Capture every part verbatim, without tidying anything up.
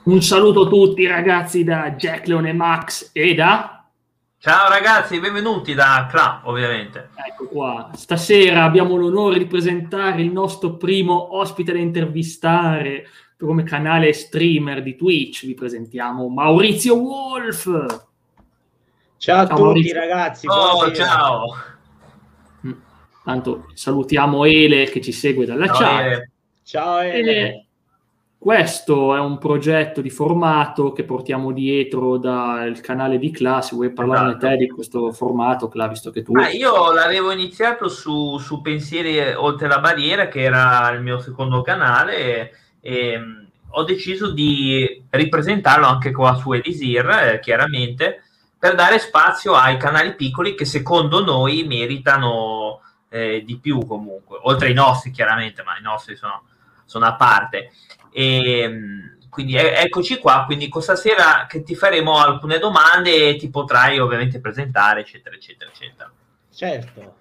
Un saluto a tutti ragazzi da Jack, Leone Max e da... Ciao ragazzi, benvenuti da Cla, ovviamente. Ecco qua, stasera abbiamo l'onore di presentare il nostro primo ospite da intervistare come canale streamer di Twitch. Vi presentiamo Maurizio Wolf. Ciao a Ciao tutti Maurizio. ragazzi, Oh, buonasera. ciao. Tanto salutiamo Ele che ci segue dalla Ciao, chat. Ele. Ciao Ele. E questo è un progetto di formato che portiamo dietro dal canale di Cla. Se vuoi parlarne Esatto. te di questo formato, Cla, visto che tu... Ah, io l'avevo iniziato su, su Pensieri Oltre la Barriera, che era il mio secondo canale, e, e mh, ho deciso di ripresentarlo anche qua su Elisir, eh, chiaramente, per dare spazio ai canali piccoli che secondo noi meritano eh, di più comunque, oltre ai nostri chiaramente, ma i nostri sono, sono a parte. E mh, quindi eh, eccoci qua, quindi questa sera che ti faremo alcune domande e ti potrai ovviamente presentare, eccetera, eccetera, eccetera. Certo.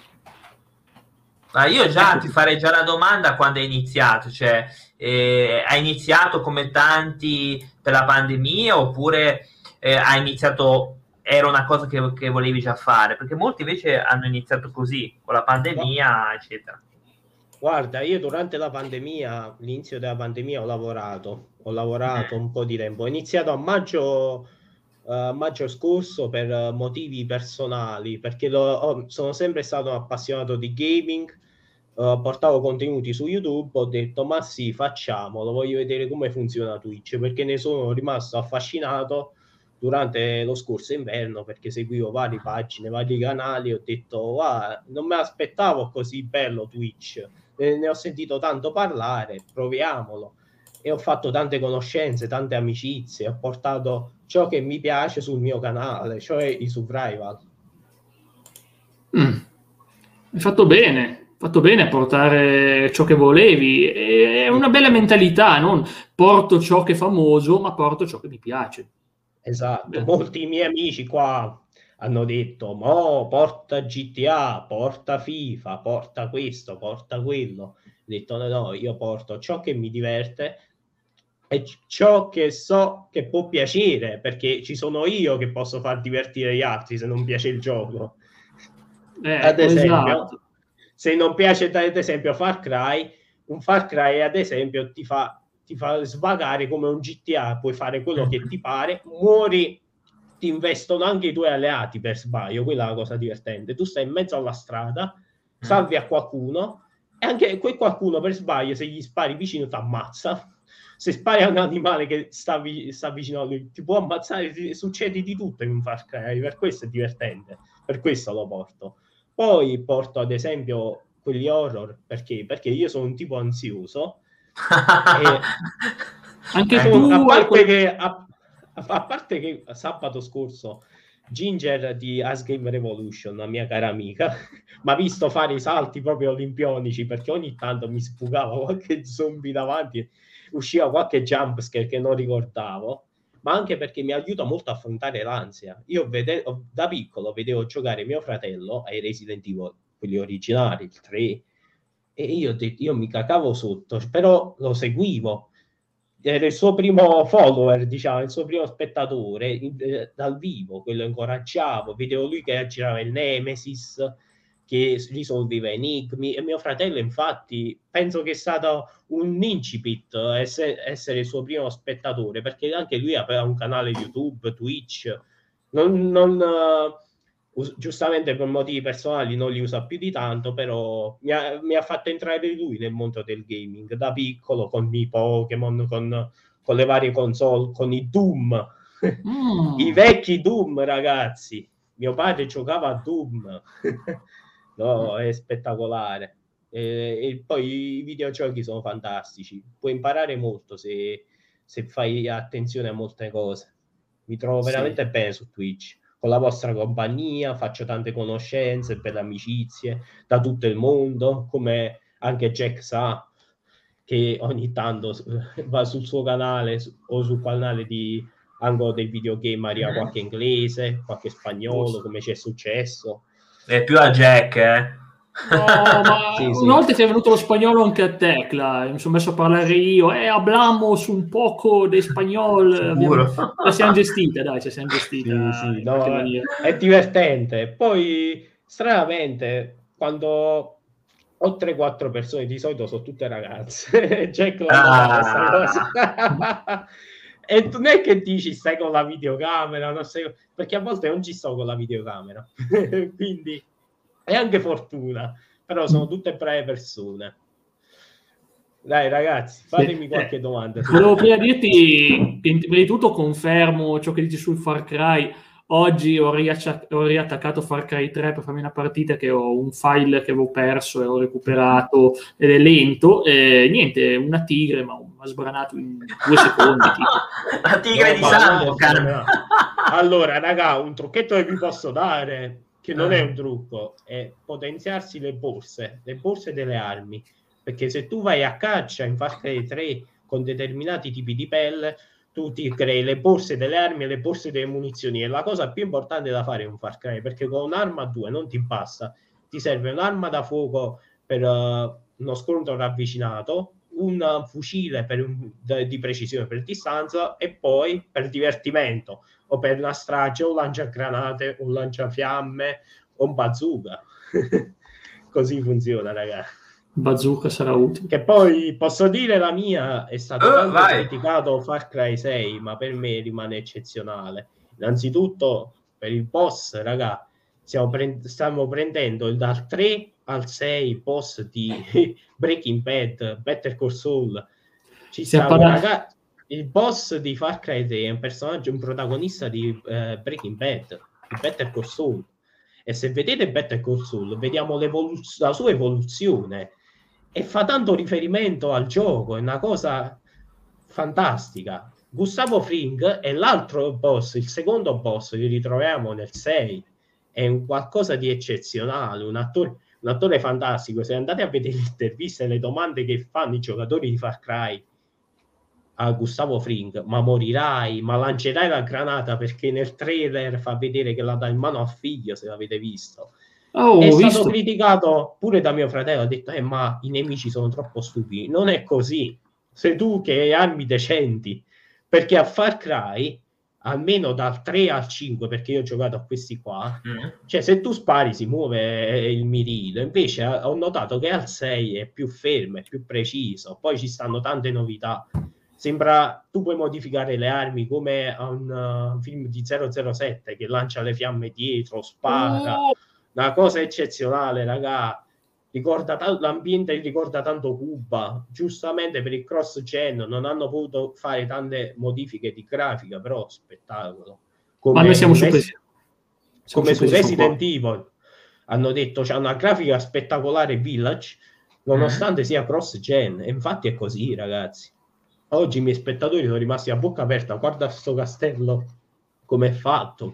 Ah, io già ti farei già la domanda quando hai iniziato, cioè eh, hai iniziato come tanti per la pandemia oppure eh, hai iniziato, era una cosa che, che volevi già fare? Perché molti invece hanno iniziato così, con la pandemia, eccetera. Guarda, io durante la pandemia, l'inizio della pandemia ho lavorato, ho lavorato Mm. un po' di tempo. Ho iniziato a maggio, uh, maggio scorso per uh, motivi personali, perché lo, ho, sono sempre stato appassionato di gaming, uh, portavo contenuti su YouTube, ho detto ma sì, facciamolo, voglio vedere come funziona Twitch, perché ne sono rimasto affascinato durante lo scorso inverno, perché seguivo varie pagine, vari canali, ho detto ah, non me l'aspettavo così bello Twitch. Ne ho sentito tanto parlare, proviamolo, e ho fatto tante conoscenze, tante amicizie, ho portato ciò che mi piace sul mio canale, cioè i survival. Mm. Hai fatto bene, hai fatto bene a portare ciò che volevi. È una bella mentalità, non porto ciò che è famoso, ma porto ciò che mi piace. Esatto, Beh. molti miei amici qua hanno detto, mo porta G T A, porta FIFA, porta questo, porta quello. Ho detto no, no, io porto ciò che mi diverte e ciò che so che può piacere, perché ci sono io che posso far divertire gli altri se non piace il gioco. Eh, Ad esempio, esatto. se non piace ad esempio Far Cry, un Far Cry ad esempio ti fa, ti fa svagare come un G T A, puoi fare quello che ti pare, muori, ti investono anche i tuoi alleati per sbaglio, quella è la cosa divertente. Tu stai in mezzo alla strada, salvi a qualcuno e anche quel qualcuno per sbaglio, se gli spari vicino ti ammazza. Se spari a un animale che sta, vi- sta vicino a lui, ti può ammazzare, ti, succede di tutto in un Far Cry, per questo è divertente, per questo lo porto. Poi porto ad esempio quelli horror, perché? Perché io sono un tipo ansioso e Anche sono, a tu hai parte quel... che a, a parte che sabato scorso Ginger di As Game Revolution, la mia cara amica, mi ha visto fare i salti proprio olimpionici, perché ogni tanto mi sfugava qualche zombie davanti, usciva qualche jumpscare che non ricordavo, ma anche perché mi aiuta molto a affrontare l'ansia. Io vede- da piccolo vedevo giocare mio fratello ai Resident Evil, quelli originali, il tre, e io, io mi cacavo sotto, però lo seguivo. Era il suo primo follower, diciamo, il suo primo spettatore in, eh, dal vivo, quello incoraggiavo, vedevo lui che girava il Nemesis, che risolveva enigmi, e mio fratello infatti penso che è stato un incipit essere, essere il suo primo spettatore, perché anche lui aveva un canale YouTube, Twitch, non, non uh, giustamente per motivi personali non li usa più di tanto, però mi ha, mi ha fatto entrare lui nel mondo del gaming da piccolo, con i Pokémon, con, con le varie console, con i Doom, Mm. i vecchi Doom, ragazzi. Mio padre giocava a Doom. No, è spettacolare. E, e poi i videogiochi sono fantastici. Puoi imparare molto se, se fai attenzione a molte cose. Mi trovo Sì. veramente bene su Twitch. Con la vostra compagnia faccio tante conoscenze, belle amicizie da tutto il mondo, come anche Jack sa, che ogni tanto va sul suo canale o sul canale di anche dei videogame, arriva Mm-hmm. qualche inglese, qualche spagnolo, come ci è successo. È più a Jack, eh? No, ma Sì, una sì. volta ti è venuto lo spagnolo anche a te, Cla, mi sono messo a parlare io, e eh, hablamos un poco di spagnolo, abbiamo... Sicuro. la siamo gestita, dai, ci siamo gestita Sì, sì, in qualche no, maniera. è divertente. Poi, stranamente, quando ho tre quattro persone, di solito sono tutte ragazze. Jack l'ho notata sta cosa. Ah. E tu non è che dici stai con la videocamera, non sei... perché a volte non ci sto con la videocamera. Quindi è anche fortuna, però sono tutte brave persone. Dai ragazzi, fatemi qualche domanda. Volevo prima dirti che prima di tutto confermo ciò che dici sul Far Cry. Oggi ho, riaccia- ho riattaccato Far Cry tre per farmi una partita, che ho un file che avevo perso e ho recuperato ed è lento. E niente, una tigre, ma mi ha sbranato in due secondi. Tipo. La tigre No, di ma Sandokan. no. Allora, raga, un trucchetto che vi posso dare, che non è un trucco, è potenziarsi le borse, le borse delle armi. Perché se tu vai a caccia in Far Cry tre con determinati tipi di pelle, tu ti crei le borse delle armi e le borse delle munizioni. È la cosa più importante da fare in un Far Cry, perché con un'arma a due non ti basta. Ti serve un'arma da fuoco per uh, uno scontro ravvicinato, un fucile per un, de, di precisione per distanza e poi per divertimento o per una strage o un lanciagranate, un lanciafiamme o un bazooka. Così funziona, ragazzi. Bazooka sarà utile. Che poi posso dire la mia, è stato Uh, tanto vai. criticato Far Cry sei, ma per me rimane eccezionale. Innanzitutto per il boss, raga, stiamo, pre- stiamo prendendo dal tre al sei boss di Breaking Bad, Better Call Saul. Ci Stiamo stiamo, parlando- raga, il boss di Far Cry sei è un personaggio, un protagonista di eh, Breaking Bad, di Better Call Saul. E se vedete Better Call Saul, vediamo la sua evoluzione e fa tanto riferimento al gioco, è una cosa fantastica. Gustavo Fring è l'altro boss, il secondo boss che ritroviamo nel sei, è un qualcosa di eccezionale, un attore, un attore fantastico. Se andate a vedere le interviste e le domande che fanno i giocatori di Far Cry a Gustavo Fring, ma morirai, ma lancerai la granata, perché nel trailer fa vedere che la dà in mano al figlio, se l'avete visto. Oh, è ho stato visto. criticato pure da mio fratello, ha detto eh, ma i nemici sono troppo stupidi. Non è così, sei tu che hai armi decenti, perché a Far Cry almeno dal tre al cinque, perché io ho giocato a questi qua, mm. cioè se tu spari si muove il mirino, invece ho notato che al sei è più fermo, è più preciso, poi ci stanno tante novità. Sembra tu puoi modificare le armi come a un uh, film di zero zero sette che lancia le fiamme dietro, spara. Oh. Una cosa eccezionale, raga. Ricorda t- l'ambiente ricorda tanto Cuba. Giustamente per il cross gen non hanno potuto fare tante modifiche di grafica, però spettacolo. Come Ma noi siamo su, Res- siamo come su su Resident Evil hanno detto c'è una grafica spettacolare Village, nonostante mm. sia cross gen. E infatti è così, ragazzi. Oggi i miei spettatori sono rimasti a bocca aperta. Guarda sto castello come è fatto.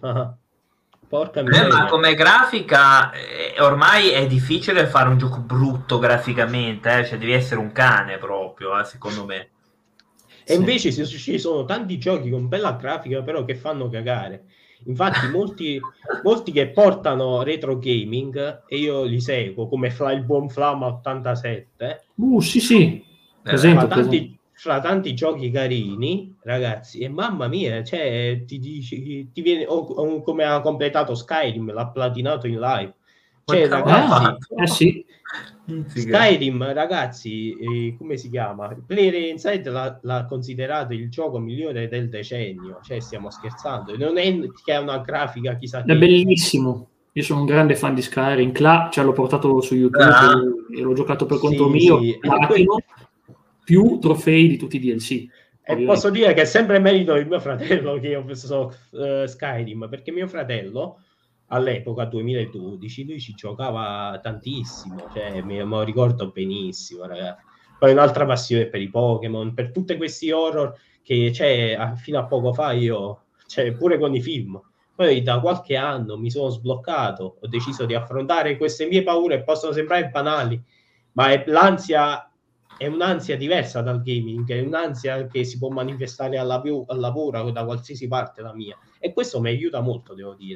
Porca miseria. Eh, ma come grafica eh, ormai è difficile fare un gioco brutto graficamente, eh? Cioè devi essere un cane proprio, eh, secondo me. E sì. Invece ci sono tanti giochi con bella grafica però che fanno cagare. Infatti molti, molti che portano retro gaming, e io li seguo, come Fla, il buon Flama ottantasette. Uh, sì, sì. Presente, fra, tanti, fra tanti giochi carini, ragazzi, e mamma mia, cioè, ti dici, ti viene, o, o come ha completato Skyrim, l'ha platinato in live. Cioè, ragazzi, eh sì. Skyrim, ragazzi, eh, come si chiama? Player Inside l'ha, l'ha considerato il gioco migliore del decennio, cioè stiamo scherzando, non è che ha una grafica chissà che... È bellissimo, io sono un grande fan di Skyrim, Cla, cioè, l'ho portato su YouTube ah. e l'ho giocato per conto sì, mio, sì. platino, più trofei di tutti i D L C. E ovviamente. Posso dire che è sempre merito di mio fratello che ho preso uh, Skyrim, perché mio fratello all'epoca duemiladodici lui ci giocava tantissimo, cioè me lo ricordo benissimo, ragazzi. Poi un'altra passione per i Pokémon, per tutti questi horror che c'è, cioè, fino a poco fa io, cioè pure con i film. Poi da qualche anno mi sono sbloccato, ho deciso di affrontare queste mie paure, possono sembrare banali, ma è l'ansia è un'ansia diversa dal gaming, è un'ansia che si può manifestare al, lav- al lavoro, da qualsiasi parte la mia, e questo mi aiuta molto, devo dire.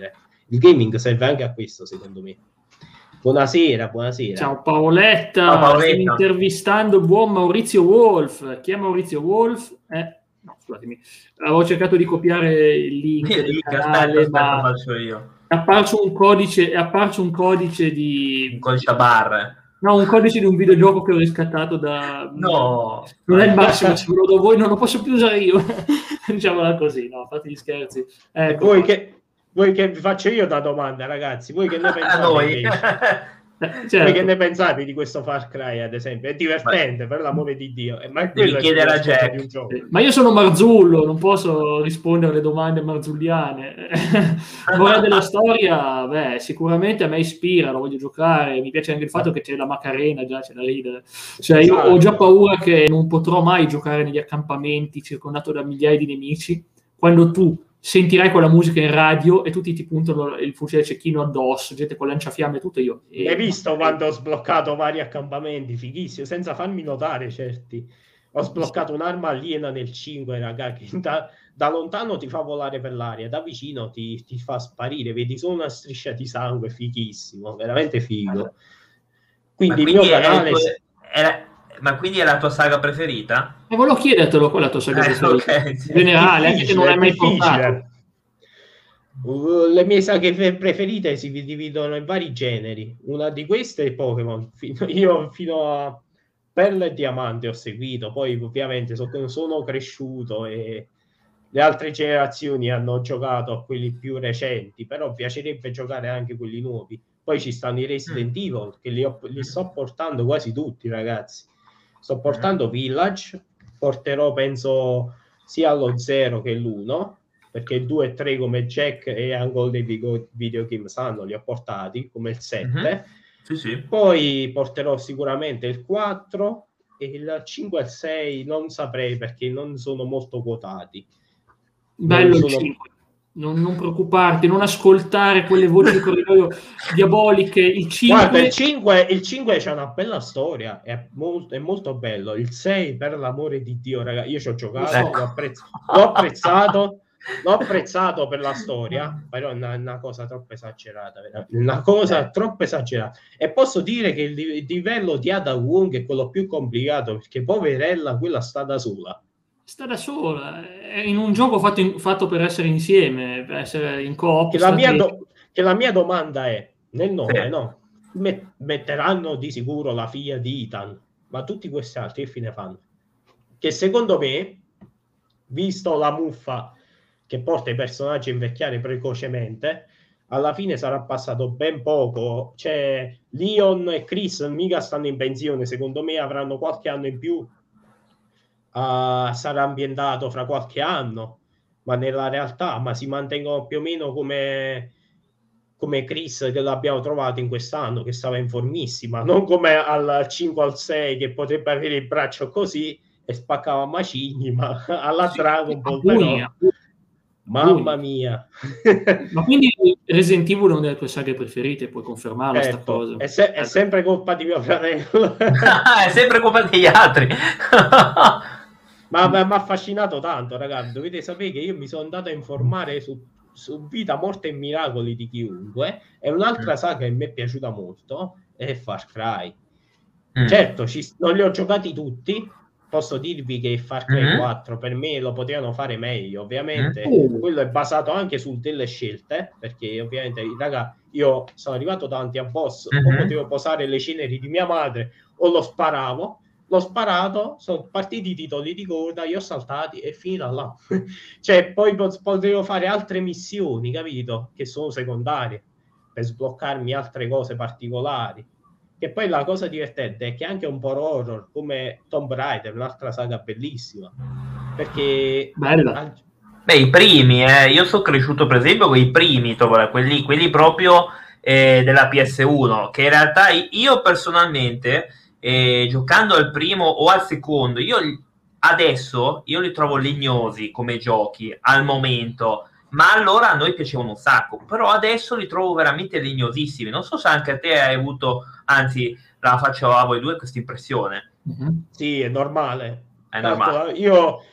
Il gaming serve anche a questo, secondo me. Buonasera, buonasera. Ciao Paoletta, Ciao, Paoletta. stiamo intervistando il buon Maurizio Wolf. Chi è Maurizio Wolf? Eh, no, scusatemi, avevo cercato di copiare il link Il del link, canale, aspetta, aspetta, ma faccio io. è apparso un codice, è apparso un codice di... Un codice a barre. No, un codice di un videogioco che ho riscattato da... No. Non è il massimo, se ve lo do voi non lo posso più usare io. Diciamola così, no, fate gli scherzi. Ecco, Voi che, voi che vi faccio io da domanda, ragazzi, voi che ne A pensate? noi. invece? eh, Voi certo. che ne pensate di questo Far Cry, ad esempio? È divertente, per l'amore di Dio. Eh, Ma è Devi quello chiedere a il concetto Jack. di un gioco. Eh, Ma io sono Marzullo, non posso rispondere alle domande marzulliane. Morale della storia, beh, sicuramente a me ispira, lo voglio giocare, mi piace anche il fatto che c'è la Macarena, già c'è da ridere. Cioè, io ho già paura che non potrò mai giocare negli accampamenti circondato da migliaia di nemici, quando tu sentirai quella musica in radio e tutti ti puntano il fucile cecchino addosso, gente con lanciafiamme e tutto, io... eh, Hai visto quando ho sbloccato vari accampamenti, fighissimo, senza farmi notare certi. Ho sbloccato un'arma aliena nel cinque, raga, che da, da lontano ti fa volare per l'aria, da vicino ti, ti fa sparire, vedi solo una striscia di sangue, fighissimo, veramente figo. Quindi, Ma il mio quindi è il canale... tuo- è la- ma quindi è la tua saga preferita? E volevo chiedertelo qual è la tua saga Eh, preferita. ok, sì. In generale, anche se non hai mai difficile. portato. Uh, le mie saghe fe- preferite si dividono in vari generi. Una di queste è Pokémon. Fino- io fino a Perla e Diamante ho seguito, poi ovviamente so- sono cresciuto e le altre generazioni hanno giocato a quelli più recenti, però piacerebbe giocare anche quelli nuovi. Poi ci stanno i Resident Evil, che li, ho- li sto portando quasi tutti, ragazzi. Sto portando Village, porterò penso sia allo zero che l'uno, perché il due e tre come Jack e Angle dei video, video game sanno li ho portati, come il sette. Mhm. Sì, sì. Poi porterò sicuramente il quattro e il cinque e il sei non saprei perché non sono molto quotati. Bello Non il sono- cinque. Non, non preoccuparti, non ascoltare quelle voci di corridoio diaboliche. Il Guarda, il cinque, cinque, il cinque c'è una bella storia, è molto, è molto bello. Il sei, per l'amore di Dio, ragazzi, io ci ho giocato, Ecco. l'ho, apprezz- l'ho apprezzato, l'ho apprezzato per la storia, però è una, una cosa troppo esagerata, veramente. Una cosa troppo esagerata. E posso dire che il, li- il livello di Ada Wong è quello più complicato, perché poverella, quella sta da sola. sta da sola. È in un gioco fatto, in- fatto per essere insieme, per essere in coop. Che la, mia strategico. do- che la mia domanda è, nel nove, Sì. no? Met- metteranno di sicuro la figlia di Ethan, ma tutti questi altri che fine fanno? Che secondo me, visto la muffa che porta i personaggi a invecchiare precocemente, alla fine sarà passato ben poco. Cioè, Leon e Chris mica stanno in pensione, secondo me avranno qualche anno in più. Uh, sarà ambientato fra qualche anno, ma nella realtà ma si mantengono più o meno come come Chris che l'abbiamo trovato in quest'anno, che stava in formissima, non come al cinque al sei che potrebbe avere il braccio così e spaccava macigni, ma alla Sì, Dragon Ball Apuni, però, Apuni. mamma mia. Ma quindi Resident Evil è una delle tue saghe preferite, puoi confermarla sta Certo, cosa? è, se- è sempre colpa di mio fratello. È sempre colpa degli altri. Ma mi ha affascinato tanto, ragazzi. Dovete sapere che io mi sono andato a informare su, su Vita, Morte e Miracoli di chiunque. E un'altra saga che mi è piaciuta molto è Far Cry. Mm. Certo, ci, non li ho giocati tutti. Posso dirvi che Far Cry Mm. quattro per me lo potevano fare meglio. Ovviamente Mm. quello è basato anche su delle scelte, perché ovviamente, raga, io sono arrivato davanti a boss, Mhm. o potevo posare le ceneri di mia madre o lo sparavo. L'ho sparato, sono partiti i titoli di coda, io ho saltati e finita là. Cioè, poi po- potevo fare altre missioni, capito? Che sono secondarie, per sbloccarmi altre cose particolari. Che poi la cosa divertente è che anche un po' horror, come Tomb Raider, un'altra saga bellissima. Perché... Bella. Beh, i primi, eh. Io sono cresciuto per esempio con i primi, Tomb- quelli, quelli proprio eh, della P S uno, che in realtà io personalmente... Eh, giocando al primo o al secondo, io adesso io li trovo legnosi come giochi al momento, ma allora a noi piacevano un sacco, però adesso li trovo veramente legnosissimi. Non so se anche a te hai avuto, anzi la faccio a voi due questa impressione. Mhm. Sì, è normale. È Calcola, normale. io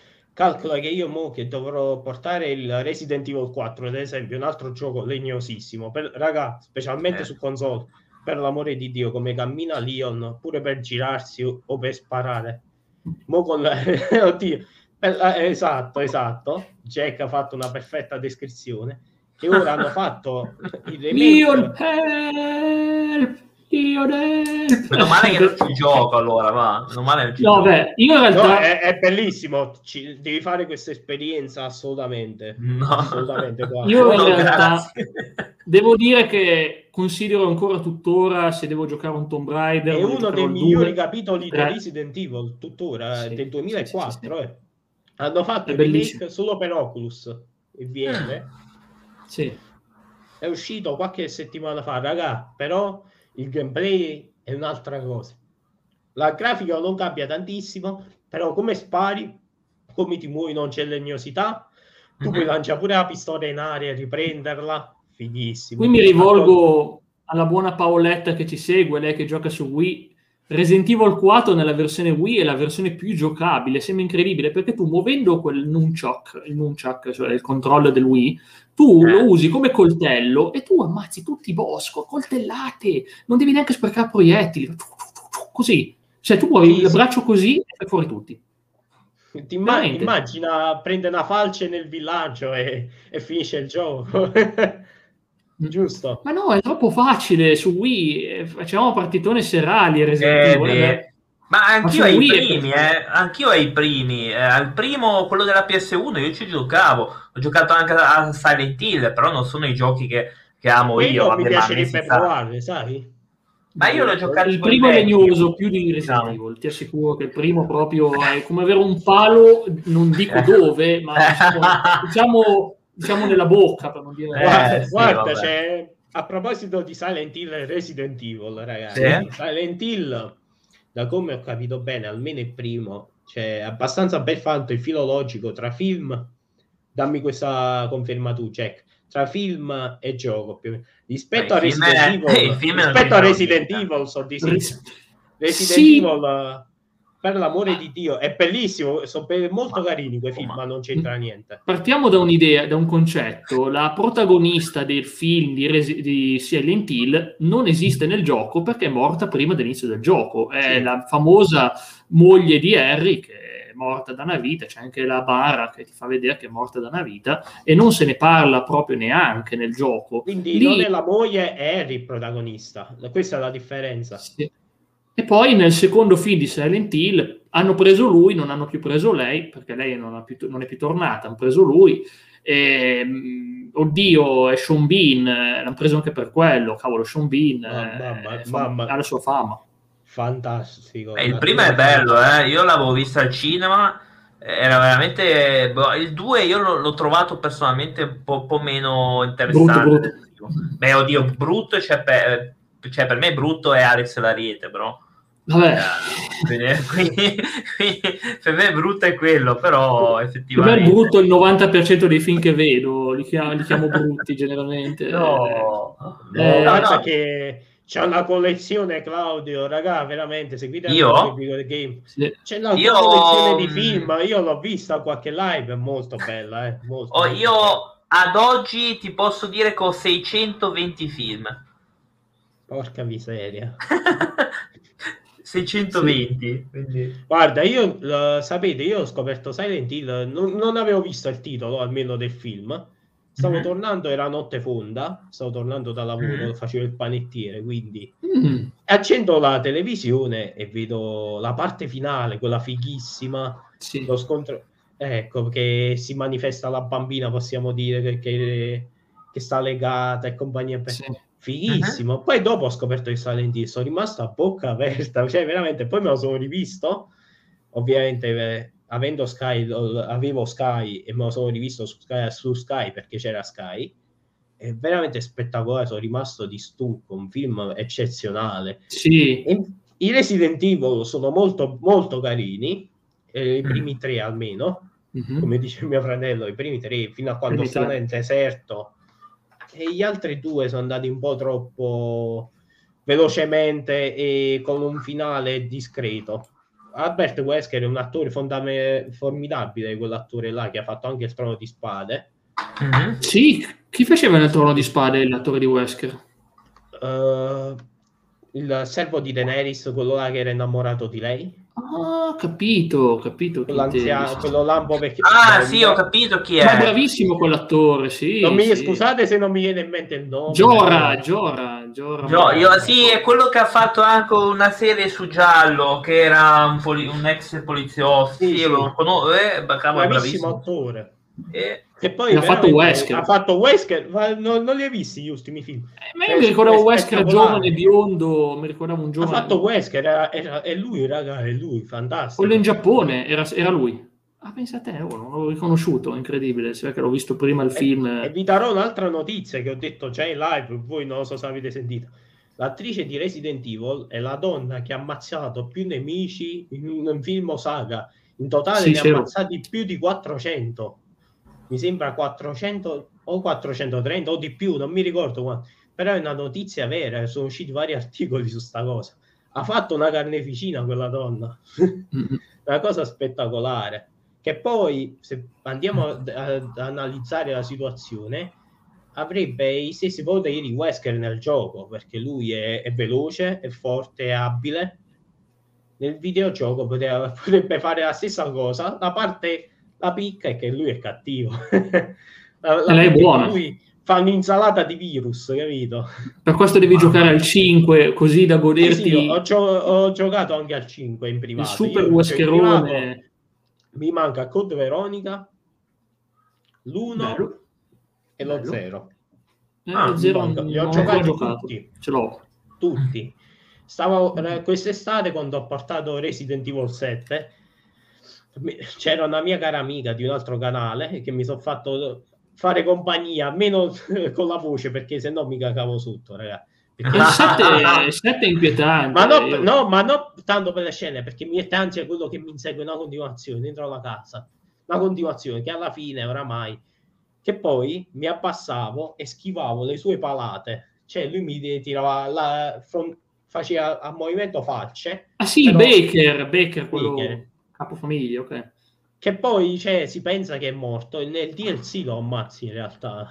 calcola che io mo che dovrò portare il Resident Evil quattro, ad esempio, un altro gioco legnosissimo, per, raga, specialmente Eh. su console, per l'amore di Dio, come cammina Leon, pure per girarsi o, o per sparare. Mo con la... Oddio. Eh, esatto, esatto. Jack ha fatto una perfetta descrizione. E ora hanno fatto il Leon remake. help! Leon help! Meno male che non ci gioco, allora, va. Meno male non ci No, gioco. beh, io in realtà... No, è, è bellissimo. Ci, devi fare questa esperienza assolutamente. No. Assolutamente. Qua. Io in No, realtà grazie. devo dire che considero ancora tuttora, se devo giocare un Tomb Raider, È voglio uno giocare dei al migliori due, capitoli di tre. Resident Evil, tuttora, Sì, del duemilaquattro. sì, sì, sì, eh. Hanno fatto È il remake bellissimo. solo per Oculus e V R. Sì. È uscito qualche settimana fa, raga, però il gameplay è un'altra cosa. La grafica non cambia tantissimo, però come spari, come ti muovi, non c'è legnosità. Tu Mhm. puoi lanciare pure la pistola in aria e riprenderla. Fighissimo. Qui mi rivolgo alla buona Paoletta che ci segue, lei che gioca su Wii. Resident Evil quattro nella versione Wii è la versione più giocabile, sembra incredibile, perché tu muovendo quel nunchuck, il nunchuck, cioè il controllo del Wii, tu Eh. lo usi come coltello e tu ammazzi tutti i boss con coltellate, non devi neanche sprecare proiettili, così. Cioè tu muovi Sì, il sì. braccio così e fai fuori tutti. Ti imma- Veramente. immagina, prende una falce nel villaggio e, e finisce il gioco. Giusto? Ma no, è troppo facile su Wii, eh, facevamo partitone serali Resident Eh, Evil, beh. eh, Ma anch'io Ma su ai Wii è primi, perfetto. eh. Anch'io ai primi. Eh, al primo, quello della P S uno, io ci giocavo. Ho giocato anche a Silent Hill, però non sono i giochi che, che amo io. Quello mi Vabbè, ma a me si piacerebbe sa. provare, sai? Ma io l'ho giocato Il con i primo è vecchi, legnoso più di Resident diciamo. Evil, ti assicuro che il primo proprio è come avere un palo, non dico dove, ma diciamo, diciamo, diciamo nella bocca, per non dire... Eh, Guarda, sì, guarda, vabbè. c'è, a proposito di Silent Hill e Resident Evil, ragazzi, Sì? Silent Hill, da come ho capito bene, almeno il primo, c'è abbastanza ben fatto il filo logico tra film, dammi questa conferma tu, Jack, tra film e gioco, più o meno. Rispetto Ma a il film Resident è- Evil, il film non rispetto a c'entrano Resident niente. Evil, so di sì. Ris- Resident sì, Evil, per l'amore di Dio, è bellissimo, sono be- molto Ma- carini quei film, ma- ma non c'entra niente. partiamo da un'idea, da un concetto. La protagonista del film di, Resi- di Silent Hill non esiste nel gioco perché è morta prima dell'inizio del gioco. È Sì. la famosa moglie di Harry che è morta da una vita, c'è anche la bara che ti fa vedere che è morta da una vita e non se ne parla proprio neanche nel gioco. Quindi Lì- non è la moglie, è Harry il protagonista. Questa è la differenza. Sì. E poi nel secondo film di Silent Hill hanno preso lui, non hanno più preso lei, perché lei non, ha più, non è più tornata, hanno preso lui. E, mh, oddio, è Sean Bean, eh, l'hanno preso anche per quello, cavolo, Sean Bean Ma- eh, mamma- fa- mamma. ha la sua fama. Fantastico. Eh, il La primo serie è bello, fantastica. eh. Io l'avevo visto al cinema, era veramente... boh, il due io l'ho, l'ho trovato personalmente un po', po' meno interessante Brutto, brutto. del primo. Beh, oddio, brutto, cioè per, cioè per me brutto è Alex Lariete, però. Vabbè, Quindi, quindi- quindi per me brutto è quello, però per me effettivamente... è brutto il novanta per cento dei film che vedo, li chiamo, li chiamo brutti generalmente. No, Eh, no, Guarda no. che c'è una collezione, Claudio, raga, veramente, seguite Io? il game. Sì. C'è una Io, collezione di mm, film, io l'ho vista a qualche live, è molto bella, eh, molto, Oh, molto io bella. ad oggi ti posso dire che ho seicentoventi film. Porca miseria. seicentoventi. Quindi... Guarda, io lo sapete, io ho scoperto Silent Hill, non, non avevo visto il titolo almeno del film. Stavo Mhm. tornando, era notte fonda, stavo tornando da lavoro, Mhm. facevo il panettiere, quindi Mm, accendo la televisione e vedo la parte finale, quella fighissima, sì. lo scontro, ecco, che si manifesta la bambina, possiamo dire, che, che, che sta legata e compagnia. per- Sì. Fighissimo. Poi dopo ho scoperto il Silent Hill, sono rimasto a bocca aperta, cioè veramente, poi me lo sono rivisto, ovviamente eh, avendo Sky, lo- avevo Sky e me lo sono rivisto su Sky, su Sky perché c'era Sky, è veramente spettacolare, sono rimasto di stucco, un film eccezionale. Sì. E i Resident Evil sono molto molto carini, eh, i primi tre almeno, Mhm. come dice mio fratello, i primi tre fino a quando Primi stanno tre. nel deserto, e gli altri due sono andati un po' troppo velocemente e con un finale discreto. Albert Wesker è un attore fondame- formidabile, quell'attore là che ha fatto anche il Trono di Spade. Mm-hmm. Sì, chi faceva nel Trono di Spade l'attore di Wesker? Uh, il servo di Daenerys, quello là che era innamorato di lei. Ah, capito, capito. L'anziano, quello là un po' perché... Ah, beh, sì, ho capito chi è. Ma è bravissimo quell'attore, sì. Non mi, sì. Scusate se non mi viene in mente il nome. Giora, Giora, Giora. Gio, io, sì, è quello che ha fatto anche una serie su Giallo, che era un, poli, un ex poliziotto. Sì, sì, lo conosco, eh, bravissimo, bravissimo attore. E... E poi ha fatto Wesker. Ha fatto Wesker, ma non, non li hai visti gli ultimi film? Eh, ma io mi ricordavo Wesker giovane, biondo, mi ricordavo un giovane. Ha fatto Wesker, era, era, è lui, raga, è lui, fantastico. Quello in Giappone, era, era lui. Ah, pensa a te, oh, non l'ho riconosciuto, incredibile, se che l'ho visto prima il e, film. E vi darò un'altra notizia che ho detto già in live, voi non lo so se avete sentito. L'attrice di Resident Evil è la donna che ha ammazzato più nemici in un film o saga. In totale sì, ne ha ammazzati più di quattrocento. Mi sembra quattrocento o quattrocentotrenta o di più, non mi ricordo quanto. Però è una notizia vera, sono usciti vari articoli su sta cosa. Ha fatto una carneficina quella donna. Mm-hmm. Una cosa spettacolare. Che poi, se andiamo ad, ad analizzare la situazione, avrebbe i stessi poteri di Wesker nel gioco, perché lui è, è veloce, è forte, è abile. Nel videogioco poteva, potrebbe fare la stessa cosa. La parte, la picca è che lui è cattivo. la, la lei è buona. Lui fa un'insalata di virus, capito? Per questo devi ah, giocare al cinque, così da goderti. Eh sì, ho, gio- ho giocato anche al cinque in privato. Il super Weskerone. Mi manca Code Veronica, l'uno bello, e lo zero. Eh, ah, zero li ho giocati tutti. Ce l'ho. Tutti. Stavo quest'estate quando ho portato Resident Evil sette, c'era una mia cara amica di un altro canale che mi sono fatto fare compagnia, meno con la voce, perché se no mi cagavo sotto, ragazzi. Perché il sette è inquietante. Ma no, io... no, ma non tanto per le scene, perché mi mette ansia quello che mi insegue una continuazione dentro la casa. Una continuazione che alla fine, oramai, che poi mi abbassavo e schivavo le sue palate. Cioè lui mi tirava la front, faceva a movimento facce. Ah sì, però... Baker, Baker, quello Baker. Capofamiglia, ok. Che poi cioè, si pensa che è morto e nel D L C lo ammazzi in realtà.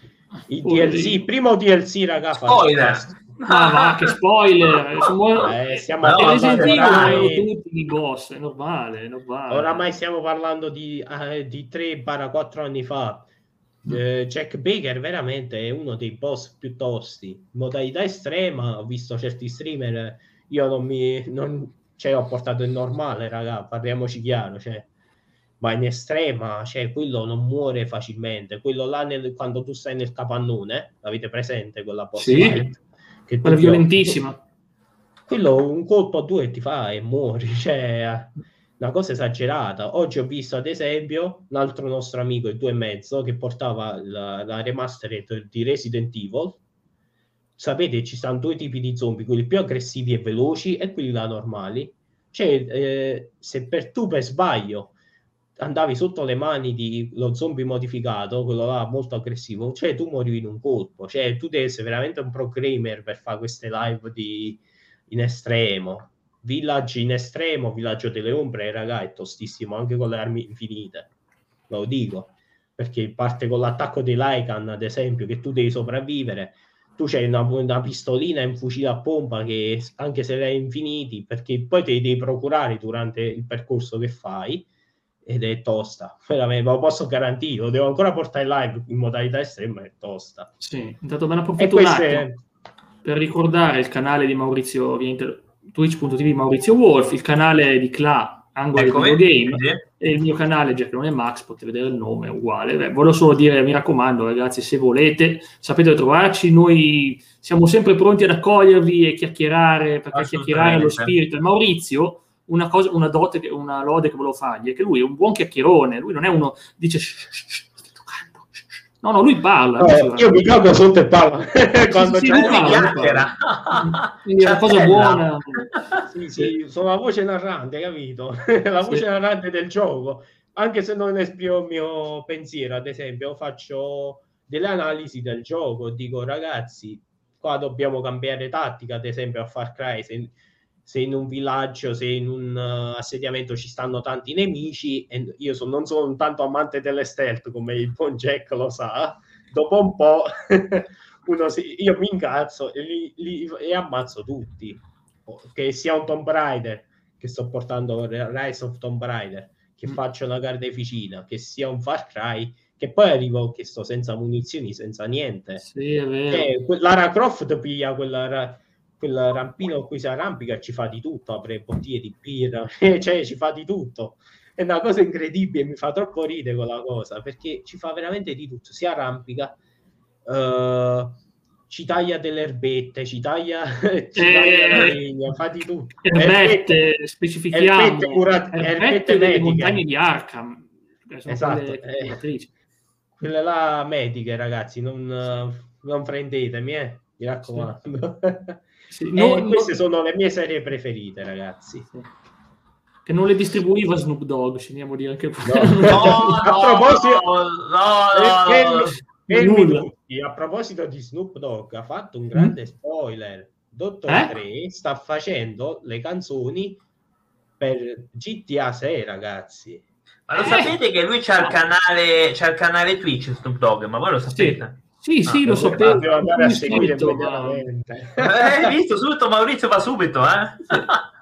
Il D L C, il primo D L C, raga, spoiler. Ma va, che spoiler! Siamo... Eh, stiamo no, parlando tutti di boss, è normale, è normale. Oramai stiamo parlando di, uh, di tre quattro anni fa. Uh, Jack Baker veramente è uno dei boss più tosti. In modalità estrema, ho visto certi streamer, io non mi... Non, cioè, ho portato il normale, raga, parliamoci chiaro, cioè... Ma in estrema, cioè, quello non muore facilmente. Quello là, nel, quando tu stai nel capannone, l'avete presente quella boss sì. fight? Che quella violentissima. Quello un colpo a due ti fa e muori, cioè una cosa esagerata. Oggi ho visto ad esempio un altro nostro amico, il due e mezzo, che portava la, la remastered di Resident Evil. Sapete, ci stanno due tipi di zombie, quelli più aggressivi e veloci e quelli là normali. Cioè, eh, se per tu per sbaglio andavi sotto le mani di lo zombie modificato, quello là molto aggressivo, cioè tu morivi in un colpo. Cioè tu devi essere veramente un pro gamer per fare queste live di in estremo. Village in estremo, Villaggio delle Ombre, raga, è tostissimo anche con le armi infinite, lo dico, perché parte con l'attacco dei Lycan, ad esempio, che tu devi sopravvivere. Tu c'hai una, una pistolina e un fucile a pompa che anche se le hai infiniti, perché poi te li devi procurare durante il percorso che fai, ed è tosta, veramente, ma lo posso garantire, lo devo ancora portare in live in modalità estrema, è tosta. Sì, intanto ben approfitto un attimo per ricordare il canale di Maurizio, twitch punto tv Maurizio Wolf, il canale di Cla, Angolo ecco, di Videogame, sì. E il mio canale Giacalone Max, potete vedere il nome, è uguale. Beh, volevo solo dire, mi raccomando ragazzi, se volete, sapete dove trovarci, noi siamo sempre pronti ad accogliervi e chiacchierare, perché chiacchierare è lo spirito. Maurizio, una cosa, una dote, una lode che volevo fargli, è che lui è un buon chiacchierone, lui non è uno, dice shh, shh, shh, stai toccando, shh, shh. No, no, lui parla. No, io mi cago sotto e parlo. Quando sì, sì, c'è lui chiacchiera. Quindi è una cosa buona. Sì, sì, sono la voce narrante, capito? La voce sì. narrante del gioco. Anche se non esprimo il mio pensiero, ad esempio, faccio delle analisi del gioco, dico ragazzi, qua dobbiamo cambiare tattica, ad esempio a Far Cry, se se in un villaggio, se in un uh, assediamento ci stanno tanti nemici, e io so, non sono tanto amante delle stealth come il buon Jack lo sa, dopo un po' uno si, io mi incazzo e, li, li, e ammazzo tutti, che sia un Tomb Raider, che sto portando Rise of Tomb Raider, che mm. faccio una carneficina, che sia un Far Cry, che poi arrivo che sto senza munizioni, senza niente. Sì, è vero. Che Lara Croft piglia quella, quel rampino con cui si arrampica e ci fa di tutto, apre bottiglie di birra, cioè ci fa di tutto. È una cosa incredibile, mi fa troppo ridere quella cosa, perché ci fa veramente di tutto, si arrampica, uh, ci taglia delle erbette, ci taglia, ci eh, taglia la legna, fa di tutto. Erbette, erbette specifichiamo, erbette, curat- erbette, erbette delle montagne di Arkham. Esatto, eh, quelle là mediche, ragazzi, non, non prendetemi, eh, mi raccomando. Sì. No, no, queste sono le mie serie preferite, ragazzi. Sì. Che non le distribuiva Snoop Dogg, scendiamo a dire anche no, no, a proposito no, no, no, e minuti, a proposito di Snoop Dogg, ha fatto un grande mm. spoiler. Dottor eh? Dre sta facendo le canzoni per G T A sei, ragazzi. Ma lo eh. sapete che lui c'ha il canale, c'ha il canale Twitch Snoop Dogg, ma voi lo sapete? Sì, sì, ah, sì lo sapevo. Devo andare a seguire immediatamente. Hai visto subito? Maurizio va subito, eh?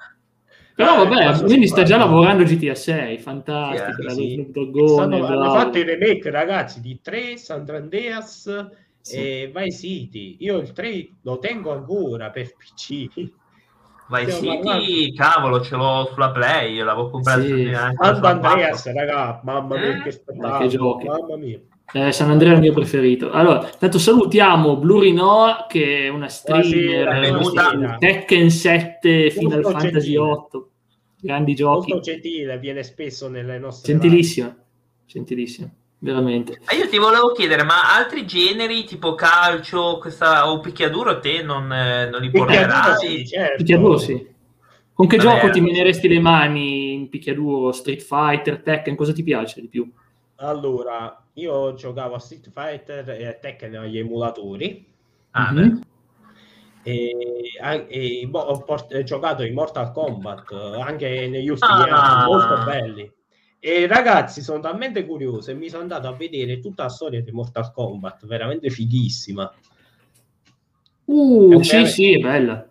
Però vabbè, quindi sta già lavorando G T A sei, fantastico. Sì, sì. Stanno, hanno fatto i remake, ragazzi, di tre, San Andreas sì. e Vice City. Io il tre lo tengo ancora per P C. Vice City, parlando. Cavolo, ce l'ho sulla Play, io l'avevo comprato sì. San Andreas, raga, mamma mia, eh? che spettacolo, che giochi. Mamma mia. Eh, San Andrea è il mio preferito. Allora, tanto salutiamo Blurinoa, che è una streamer di Tekken sette, Final molto Fantasy gentile. otto, grandi giochi. Molto gentile, viene spesso nelle nostre gentilissimo, live. gentilissimo, veramente. Ma io ti volevo chiedere, ma altri generi tipo calcio, questa, o picchiaduro te non, eh, non li porterai? Sì, certo. Picchiaduro sì. Con che Vabbè, gioco ti meneresti le mani in picchiaduro? Street Fighter, Tekken, cosa ti piace di più? Allora, io giocavo a Street Fighter e a Tekken agli emulatori. Ah, mm-hmm. e, e ho port- giocato in Mortal Kombat anche negli ultimi ah. anni, molto belli. E ragazzi, sono talmente curioso e mi sono andato a vedere tutta la storia di Mortal Kombat, veramente fighissima. Uh, sì, sì, è bella.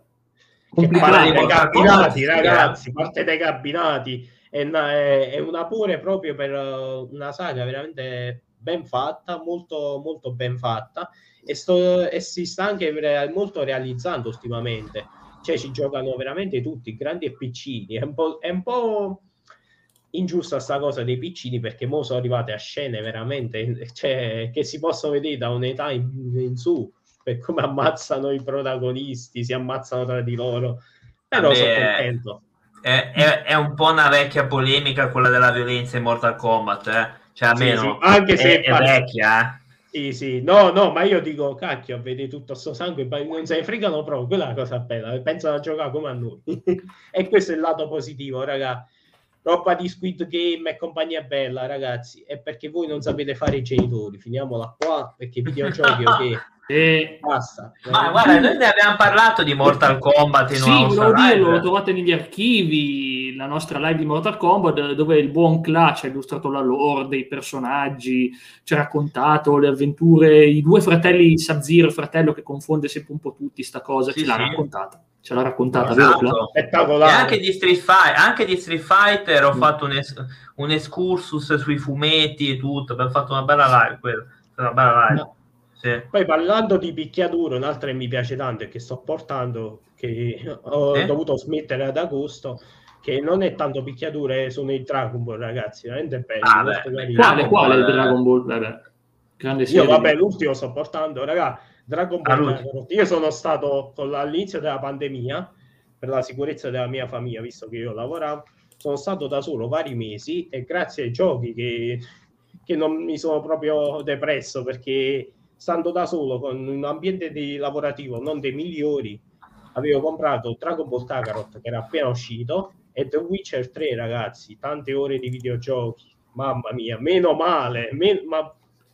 Parte dai cabinati, ragazzi, parte dai cabinati. È una, è una pure proprio per una saga veramente ben fatta, molto molto ben fatta, e, sto, e si sta anche molto realizzando ultimamente, cioè ci giocano veramente tutti, grandi e piccini. È un po', è un po' ingiusta sta cosa dei piccini, perché mo sono arrivate a scene veramente, cioè, che si possono vedere da un'età in, in su, per come ammazzano i protagonisti, si ammazzano tra di loro. Però Vabbè. sono contento. È, è, è un po' una vecchia polemica quella della violenza in Mortal Kombat, eh? Cioè almeno sì, sì. Anche se è, è vecchia, eh? Sì, sì, no, no, ma io dico, cacchio, vedi tutto sto sangue, non se ne fregano proprio, quella è la cosa bella, pensano a giocare come a noi. E questo è il lato positivo, raga. Roba di Squid Game e compagnia bella, ragazzi, è perché voi non sapete fare i genitori, finiamola qua, perché i videogiochi, ok? E... basta. Ma guarda, noi ne abbiamo parlato di Mortal Kombat in sì, volevo dire, lo trovate negli archivi, la nostra live di Mortal Kombat, dove il buon Clutch ha illustrato la lore dei personaggi, ci ha raccontato le avventure, i due fratelli Sub-Zero, il fratello che confonde sempre un po' tutti sta cosa, sì, ce l'ha sì. raccontata. Ce l'ha raccontata, esatto. Vero? E anche di Street Fighter, anche di Street Fighter ho mm. fatto un, es- un excursus sui fumetti e tutto, abbiamo fatto una bella live, quella. Una bella live. No. Sì. Poi parlando di picchiaduro, un'altra che mi piace tanto e che sto portando, che ho eh? dovuto smettere ad agosto, che non è tanto picchiaduro, sono i Dragon Ball, ragazzi, veramente belli. Ah, beh, quale, quale il Dragon Ball? Vabbè. Grande Io vabbè, l'ultimo sto portando, ragazzi. Dragon Ball, ah, io sono stato con all'inizio della pandemia, per la sicurezza della mia famiglia, visto che io lavoravo, sono stato da solo vari mesi e grazie ai giochi che, che non mi sono proprio depresso, perché stando da solo con un ambiente di lavorativo non dei migliori, avevo comprato Dragon Ball Kakarot che era appena uscito e The Witcher tre, ragazzi, tante ore di videogiochi, mamma mia, meno male, men- ma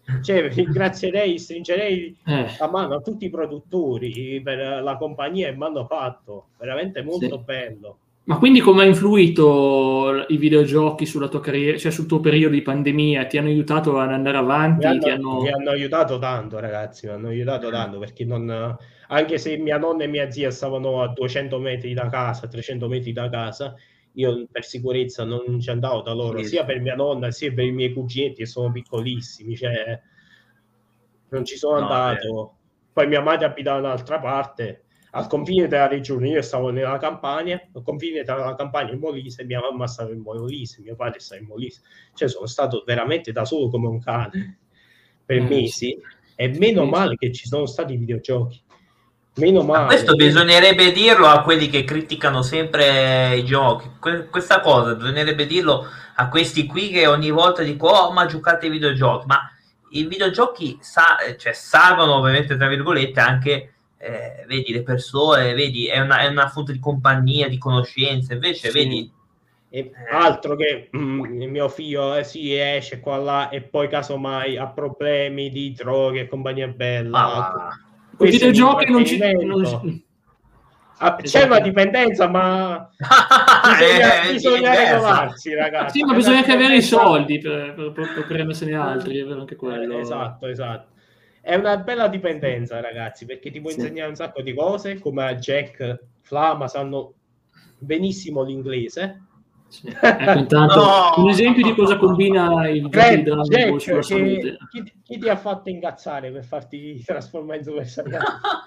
Cioè, ringrazierei, stringerei Eh. la mano a tutti i produttori per la compagnia che mi hanno fatto, veramente molto Sì. bello. Ma quindi come ha influito i videogiochi sulla tua carriera, cioè sul tuo periodo di pandemia? Ti hanno aiutato ad andare avanti? Mi hanno, Ti hanno... mi hanno aiutato tanto, ragazzi, mi hanno aiutato tanto, perché non, anche se mia nonna e mia zia stavano a duecento metri da casa, trecento metri da casa, io per sicurezza non ci andavo da loro, Sì, sia sì. per mia nonna sia per i miei cuginetti che sono piccolissimi, cioè non ci sono No, andato. Poi mia madre abitava da un'altra parte, al confine della regione, io stavo nella Campania, al confine tra la Campania e il Molise, mia mamma stava in Molise, mio padre stava in Molise, cioè sono stato veramente da solo come un cane per Eh, mesi, e meno sì, male sì. che ci sono stati i videogiochi, meno Ma male. questo bisognerebbe dirlo a quelli che criticano sempre i giochi. Que- questa cosa bisognerebbe dirlo a questi qui che ogni volta dicono: oh, ma giocate ai videogiochi. Ma i videogiochi sa- cioè, salvano, ovviamente, tra virgolette, anche eh, vedi le persone, vedi, è una, è una fonte di compagnia, di conoscenze. Invece, Sì. vedi, E eh, altro che mm, il mio figlio eh, si esce qua là e poi casomai ha problemi di droghe e compagnia bella. ma va. I Questo è videogiochi non ci... Non... l'intrattenimento. Ah, c'è Esatto. una dipendenza, ma bisogna, È bisogna diversa. regolarsi, ragazzi. Sì, ma È bisogna una anche avere i dipendenza- soldi per, per, per, per prendersene altri, è vero anche quello. Eh, esatto, esatto. È una bella dipendenza, ragazzi, perché ti può Sì. insegnare un sacco di cose, come a Jack, Flama sanno benissimo l'inglese. Sì. Ecco, intanto No! un esempio di cosa combina il gioco di Red, Dragon Ball Jack, sulla che, salute. chi, chi ti ha fatto incazzare per farti trasformare in Super Saiyan?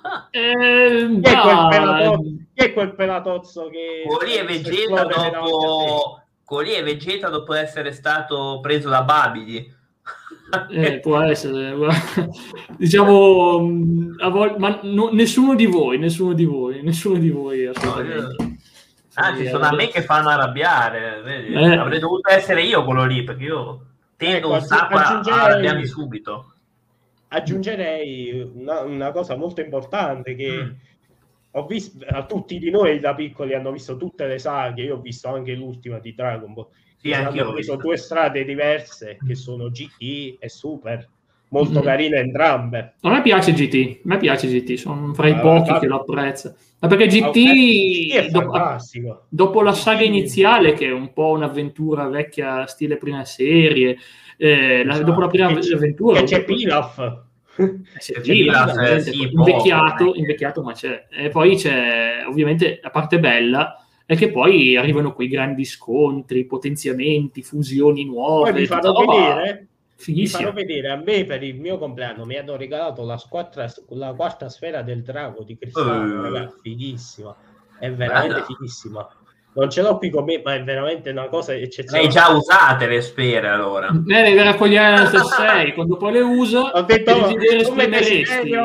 Eh, Chi è quel bah, pelatozzo, chi è quel pelatozzo che Quelli hai e visto Vegeta esplodere davanti a te? dopo quelli e Vegeta dopo essere stato preso da Babidi. eh, può essere, guarda. Diciamo, mh, a vol- ma no- nessuno di voi, nessuno di voi, nessuno di voi assolutamente. No, io- Anzi, Sì, sono a allora- me che fanno arrabbiare, vedi? Eh. Avrei dovuto essere io quello lì, perché io tendo Ecco, un aggi- sacco a a aggiungerei- arrabbiarmi subito. Aggiungerei una, una cosa molto importante che Mm. ho visto, a tutti di noi da piccoli hanno visto tutte le saghe, io ho visto anche l'ultima di Dragon Ball, Sì, che anch'io hanno ho preso visto. due strade diverse, che sono G T e Super, molto Mm. carine entrambe. A me piace G T, a me piace G T, sono fra i Ah, pochi va- che lo apprezza. Ma perché G Ah, G T è T, dopo, fantastico. dopo la G T saga iniziale, che è un po' un'avventura vecchia, stile prima serie, eh, la- Esatto. dopo la prima Che c'è- avventura... che c'è dopo- Pilaf. Eh sì, C'è Pilaf, Pilaf, ovviamente, eh, sì, invecchiato, poco. invecchiato, ma c'è. E poi c'è, ovviamente, la parte bella è che poi arrivano quei grandi scontri, potenziamenti, fusioni nuove, Poi vi tutta farò roba vedere, vi fighissima. farò vedere, a me per il mio compleanno mi hanno regalato la, squadra, la quarta sfera del drago di cristallo, Uh. ragazzi, fighissima, è veramente Bella. fighissima. Non ce l'ho qui con me, ma è veramente una cosa Le hai eccezionale. già usate le sfere, allora? Eh, devi raccogliere nel sei, quando poi le usa, Ho detto, che desiderio come esprimeresti? desiderio,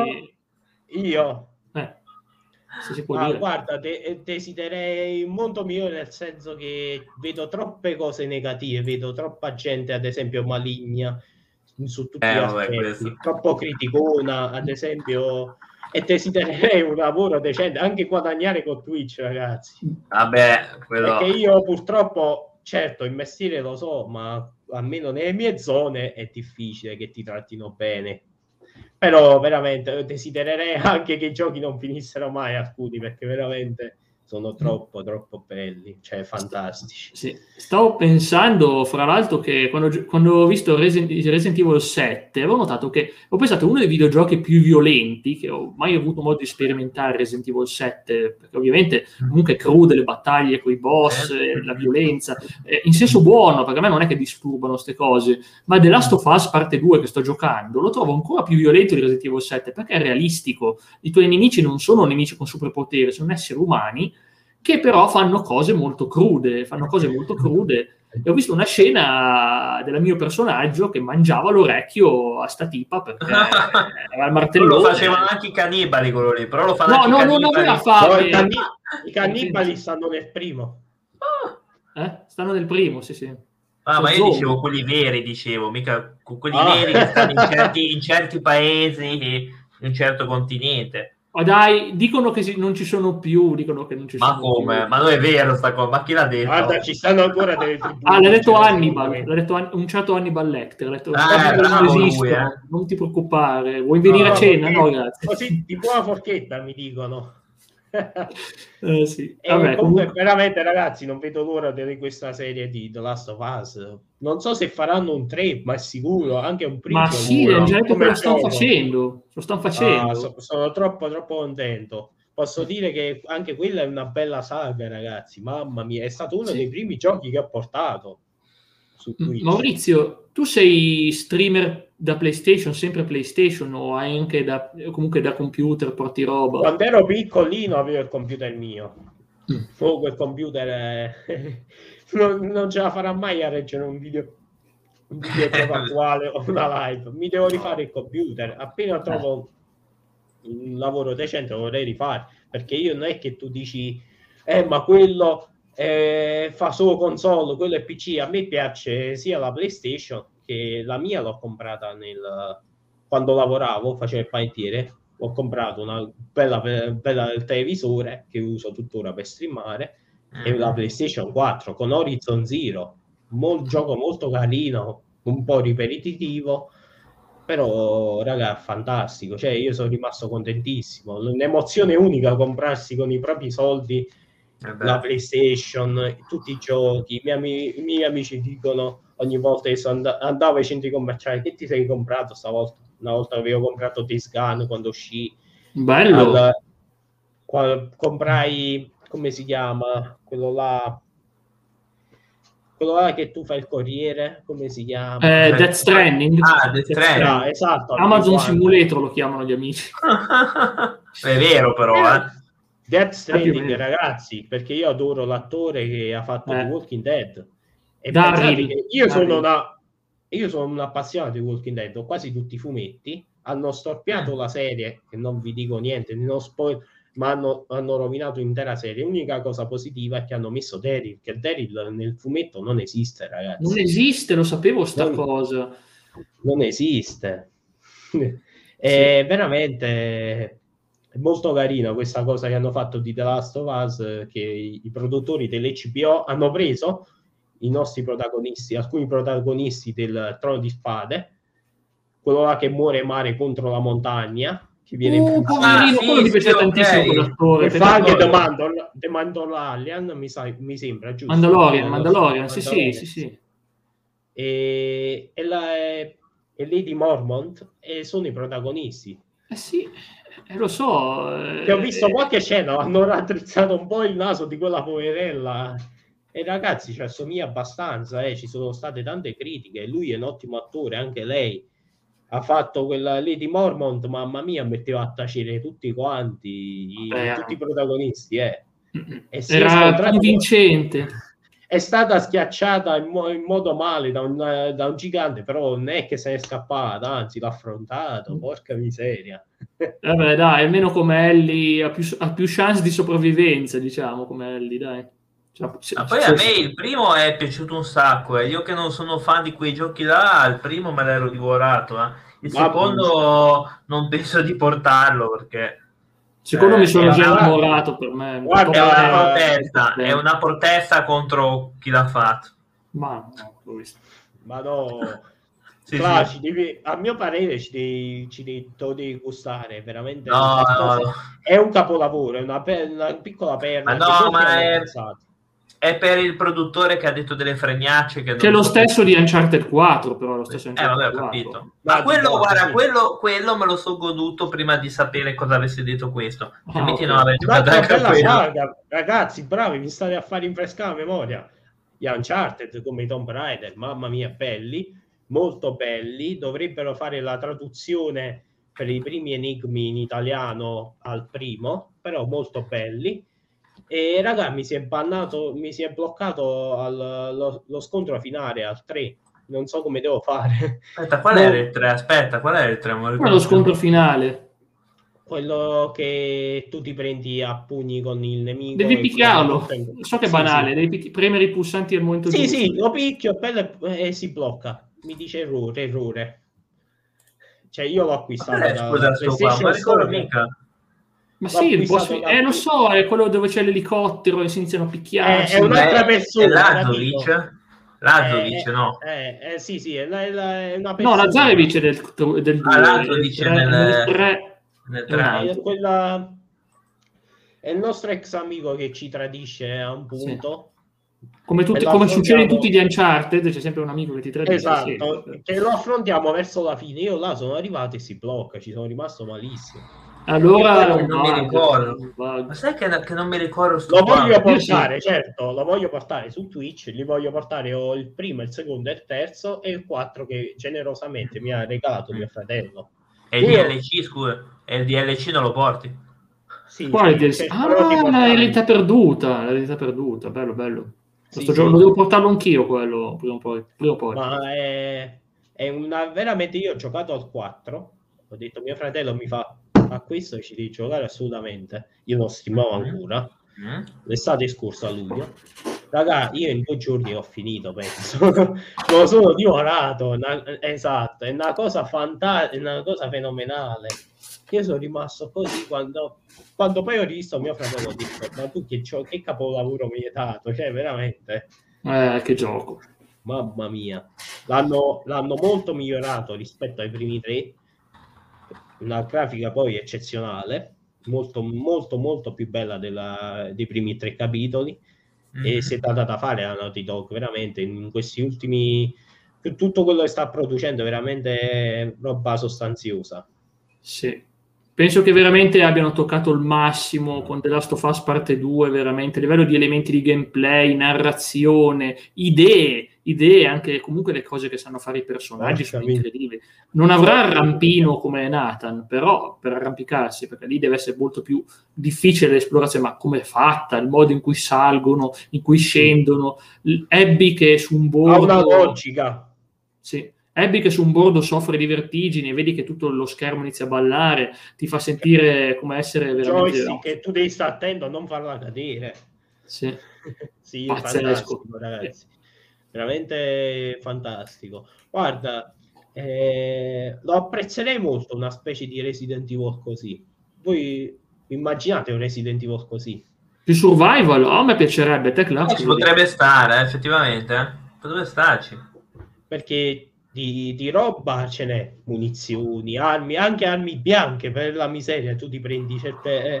io, Eh, se si può ah, dire. guarda, de- desidererei un mondo migliore, nel senso che vedo troppe cose negative, vedo troppa gente, ad esempio, maligna su tutti Eh, gli vabbè, aspetti, questo. troppo criticona, ad esempio, e desidererei un lavoro decente, anche guadagnare con Twitch, ragazzi. Vabbè, quello... Perché io purtroppo, certo, il mestiere lo so, ma almeno nelle mie zone è difficile che ti trattino bene. Però veramente desidererei anche che i giochi non finissero mai, alcuni, perché veramente sono troppo troppo belli, cioè fantastici. Sì. Stavo pensando, fra l'altro, che quando, quando ho visto Resident, Resident Evil sette, avevo notato che ho pensato uno dei videogiochi più violenti che ho mai avuto modo di sperimentare, Resident Evil sette, perché ovviamente comunque crude le battaglie con i boss, eh, la violenza, eh, in senso buono, perché a me non è che disturbano queste cose, ma The Last of Us parte due che sto giocando, lo trovo ancora più violento di Resident Evil sette, perché è realistico. I tuoi nemici non sono nemici con superpoteri, sono esseri umani che però fanno cose molto crude, fanno cose molto crude. E ho visto una scena del mio personaggio che mangiava l'orecchio a sta tipa perché era il martellone. Lo facevano anche i cannibali quello lì, però lo fanno No, anche no, i no, non cannibali. la fa. No, che- i, canni- i cannibali stanno nel primo. Eh? Stanno nel primo, sì, sì. Ah, ma io Zombie. dicevo quelli veri, dicevo, mica quelli Ah. veri che stanno in certi, in certi paesi, in un certo continente. Oh, dai, dicono che si, non ci sono più, dicono che non ci Ma sono come? più. Ma non è vero sta cosa, ma chi l'ha detto? Guarda, ci stanno ancora delle tribù. Ah, l'ha detto cioè, Hannibal, l'ha detto An- un certo Hannibal Lecter, ha detto, Eh, non bravo lui, esistono, eh. non ti preoccupare, vuoi venire No, a cena? perché- No, grazie. Così di buona forchetta mi dicono. Eh, sì. E Vabbè, comunque, comunque... veramente, ragazzi, non vedo l'ora di questa serie di The Last of Us. Non so se faranno un tre, ma è sicuro, anche un Ma prequel. sì, hanno già detto che come lo stanno gioco. facendo, lo stanno Ah, facendo. so- sono troppo, troppo contento. Posso dire che anche quella è una bella saga, ragazzi. Mamma mia, è stato uno Sì. dei primi giochi che ho portato su Twitch. Maurizio, tu sei streamer da PlayStation, sempre PlayStation, o hai anche da, comunque da computer, porti roba? Quando ero piccolino avevo il computer mio. Mm. Oh, quel computer è... non, non ce la farà mai a reggere un video, un videogioco attuale o una live. Mi devo rifare il computer. Appena trovo un lavoro decente lo vorrei rifare, perché io non è che tu dici eh ma quello eh, fa solo console, quello è P C. A me piace sia la PlayStation, che la mia l'ho comprata nel quando lavoravo, facevo il panettiere, ho comprato una bella, bella televisore che uso tuttora per streamare, mm. e la PlayStation quattro con Horizon Zero, un gioco molto carino, un po' ripetitivo, però raga, fantastico, cioè io sono rimasto contentissimo, un'emozione unica comprarsi con i propri soldi eh la PlayStation, tutti i giochi. I miei, amici, i miei amici dicono ogni volta che and- andavo ai centri commerciali: che ti sei comprato stavolta? Una volta avevo comprato Days Gone quando uscì, bello, al, quando comprai, come si chiama quello là quello là che tu fai il corriere, come si chiama? eh, Death Stranding. Ah, Death Stranding. Ah, esatto, Amazon Simulator lo chiamano gli amici. È vero però, eh. Death Stranding, ragazzi, perché io adoro l'attore che ha fatto eh. The Walking Dead, e Daryl, pensate che io Daryl. sono una io sono un appassionato di Walking Dead, ho quasi tutti i fumetti, hanno storpiato mm. la serie, che non vi dico niente, non spoil, ma hanno, hanno rovinato l'intera serie. L'unica cosa positiva è che hanno messo Daryl, che Daryl nel fumetto non esiste, ragazzi. Non esiste, lo sapevo sta non, cosa. Non esiste. È sì. Veramente molto carino questa cosa che hanno fatto di The Last of Us, che i, i produttori dell'H B O hanno preso i nostri protagonisti, alcuni protagonisti del Trono di Spade, quello là che muore mare contro la montagna, che viene uh, poverino, quello mi piace tantissimo quell'attore, e fa anche The Mandal- The Mandalorian, mi, sa, mi sembra giusto. Mandalorian, Mandalorian, sì, sì, sì, sì. E, e, la, e Lady Mormont e sono i protagonisti. Eh sì, eh, lo so. Eh, che ho visto qualche scena, hanno raddrizzato un po' il naso di quella poverella. E ragazzi, ci assomiglia abbastanza, eh. Ci sono state tante critiche. Lui è un ottimo attore, anche lei. Ha fatto quella Lady Mormont, mamma mia, metteva a tacere tutti quanti, i, tutti i protagonisti, eh. E si era convincente. È stata schiacciata in, mo- in modo male da un, da un gigante, però non è che se n'è scappata, anzi l'ha affrontato, porca miseria. Vabbè, dai, almeno come Ellie ha più, ha più chance di sopravvivenza, diciamo, come Ellie, dai. Cioè, ma poi a me il primo è piaciuto un sacco, eh. Io che non sono fan di quei giochi là, il primo me l'ero divorato, eh. Il ma secondo ben... non penso di portarlo, perché secondo eh, mi sono già una... innamorato, per me. Guarda, è una protesta, è una protesta contro chi l'ha fatto. Ma no, ma no. Sì, Clar, sì. Ci devi, a mio parere ci devi, ci devi, te lo devi gustare veramente. No, no, no. È un capolavoro, è una, una piccola perla. Ma no, ma è, è per il produttore che ha detto delle fregnacce che, che è lo stesso di Uncharted quattro, però lo stesso eh vabbè, ho capito. Ma, ma quello, buono, guarda, sì. quello, quello me lo so goduto prima di sapere cosa avesse detto questo. Ah, okay. Non avrei giocato anche bella quello. saga, ragazzi, bravi, mi state a fare rinfrescare la memoria. Gli Uncharted come i Tomb Raider, mamma mia, belli, molto belli. Dovrebbero fare la traduzione per i primi enigmi in italiano al primo, però molto belli. E raga, mi si è bannato, mi si è bloccato al, lo, lo scontro finale al tre. Non so come devo fare. Aspetta, qual no. era il tre? Aspetta, qual era il tre? Lo scontro finale. Quello che tu ti prendi a pugni con il nemico. Devi picchiarlo. So che è sì, banale, sì. devi premere i pulsanti al momento sì, giusto. Sì, sì, lo picchio e eh, si blocca. Mi dice errore, errore. Cioè io l'ho acquistato da scusa, PlayStation Store. Ma sì, il boss, eh, lo so, è quello dove c'è l'elicottero e si iniziano a picchiare. È, è un'altra persona. È Lazovic? Lazovic, eh, no? Eh, eh, sì, sì, è, la, è una persona. No, Lazarevic è del, del ah, Lazovic è nel, nel tre. Nel tre. È, quella, è il nostro ex amico che ci tradisce a un punto. Sì. Come, tutti, come succede in tutti gli Uncharted, c'è sempre un amico che ti tradisce. Esatto, sì. che lo affrontiamo verso la fine. Io là sono arrivato e si blocca, ci sono rimasto malissimo. Allora non, non mi ricordo. Ma sai che, che non mi ricordo? Lo voglio portare, sì. certo, lo voglio portare su Twitch, li voglio portare ho il primo, il secondo e il terzo e il quattro che generosamente mi ha regalato mio fratello. E il Io... D L C, scusa, e il D L C non lo porti? Sì, Quale sì, ah, l'eredità perduta, l'eredità perduta, bello, bello. Questo sì, gioco sì. Lo devo portarlo anch'io quello, prima o poi. Prima o poi. Ma è, è una, veramente io ho giocato al quattro, ho detto mio fratello mi fa a questo ci devi giocare assolutamente. Io non streamavo ancora mm. l'estate scorsa a luglio, raga, io in due giorni ho finito, penso. Lo sono divorato, una, esatto, è una cosa fantastica, una cosa fenomenale. Io sono rimasto così quando, quando poi ho visto mio fratello, ho detto ma tu che, che capolavoro mi hai dato, cioè veramente eh, che gioco, mamma mia, l'hanno, l'hanno molto migliorato rispetto ai primi tre. Una grafica poi eccezionale, molto molto molto più bella della, dei primi tre capitoli mm. e si è data da fare a Naughty Dog veramente in questi ultimi, tutto quello che sta producendo veramente roba sostanziosa. Sì, penso che veramente abbiano toccato il massimo con The Last of Us parte due, veramente a livello di elementi di gameplay, narrazione, idee idee, anche comunque le cose che sanno fare i personaggi sono incredibili. Non avrà il rampino come Nathan, però per arrampicarsi, perché lì deve essere molto più difficile l'esplorazione, ma come è fatta, il modo in cui salgono, in cui scendono, Abby che su un bordo... Ha una logica. Sì, Abby che su un bordo soffre di vertigini e vedi che tutto lo schermo inizia a ballare, ti fa sentire come essere veramente... Joystick, che tu devi stare attento a non farla cadere. Sì, sì, pazzesco, ragazzi. Veramente fantastico. Guarda, eh, lo apprezzerei molto una specie di Resident Evil così. Voi immaginate un Resident Evil così? Di survival? Oh, a me piacerebbe. Te, eh, ci potrebbe stare, effettivamente. Eh? Potrebbe starci. Perché di, di roba ce n'è, munizioni, armi, anche armi bianche, per la miseria. Tu ti prendi certe... Eh,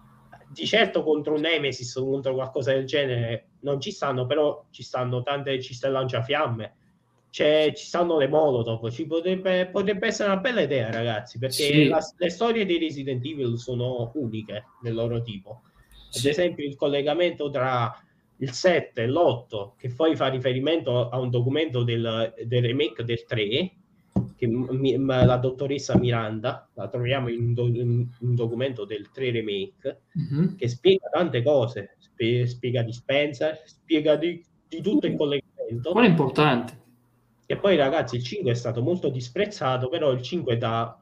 di certo contro un Nemesis o contro qualcosa del genere non ci stanno, però ci stanno tante, ci sta il lanciafiamme, c'è, ci stanno le Molotov, ci potrebbe, potrebbe essere una bella idea, ragazzi, perché sì. la, le storie di Resident Evil sono uniche nel loro tipo. Ad sì. esempio il collegamento tra il sette e l'otto, che poi fa riferimento a un documento del, del remake del tre, che mi, la dottoressa Miranda la troviamo in un, do, in un documento del tre remake mm-hmm. che spiega tante cose, spie, spiega di Spencer, spiega di, di tutto il collegamento. Quello è importante. E poi ragazzi il cinque è stato molto disprezzato, però il cinque dà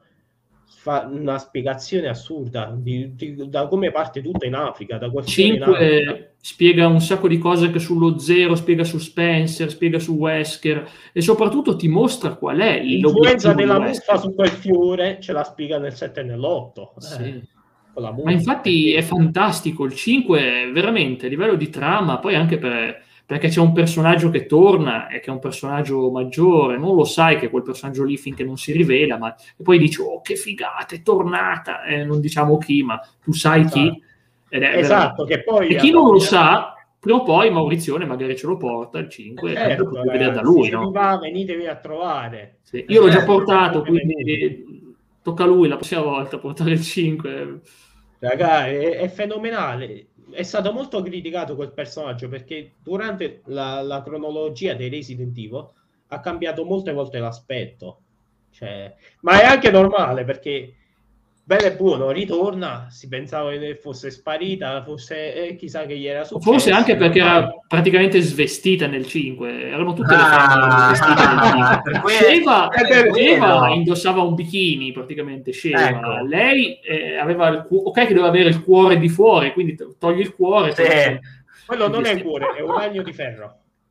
fa una spiegazione assurda di, di, da come parte tutto in Africa, da quel cinque spiega un sacco di cose anche sullo zero, spiega su Spencer, spiega su Wesker e soprattutto ti mostra qual è l'influenza della muffa su quel fiore, ce la spiega nel sette e nell'otto. Sì. Eh, con la muffa, ma infatti perché... è fantastico il cinque, veramente a livello di trama, poi anche per perché c'è un personaggio che torna e che è un personaggio maggiore, non lo sai che è quel personaggio lì finché non si rivela, ma e poi dici oh che figata, è tornata, eh, non diciamo chi, ma tu sai esatto. chi. Ed è esatto, che poi e chi non lo sa, prima o poi Maurizione magari ce lo porta il cinque, certo, e ragazzi, vedere da lui, se no? va, venitevi a trovare. Sì, io l'ho già portato, quindi tocca a lui la prossima volta portare il cinque. Ragazzi, è, è fenomenale. È stato molto criticato quel personaggio perché durante la, la cronologia dei Resident Evil ha cambiato molte volte l'aspetto, cioè, ma è anche normale perché bello e buono ritorna, si pensava che fosse sparita, fosse eh, chissà che gli era successo, forse anche perché era praticamente svestita nel cinque, erano tutte le femmine svestite nel cinque. Sheva, Sheva indossava un bikini praticamente, Sheva. Ecco. Lei eh, aveva il cu- ok che doveva avere il cuore di fuori, quindi togli il cuore, sì. Quello non è il cuore, è un ragno di ferro.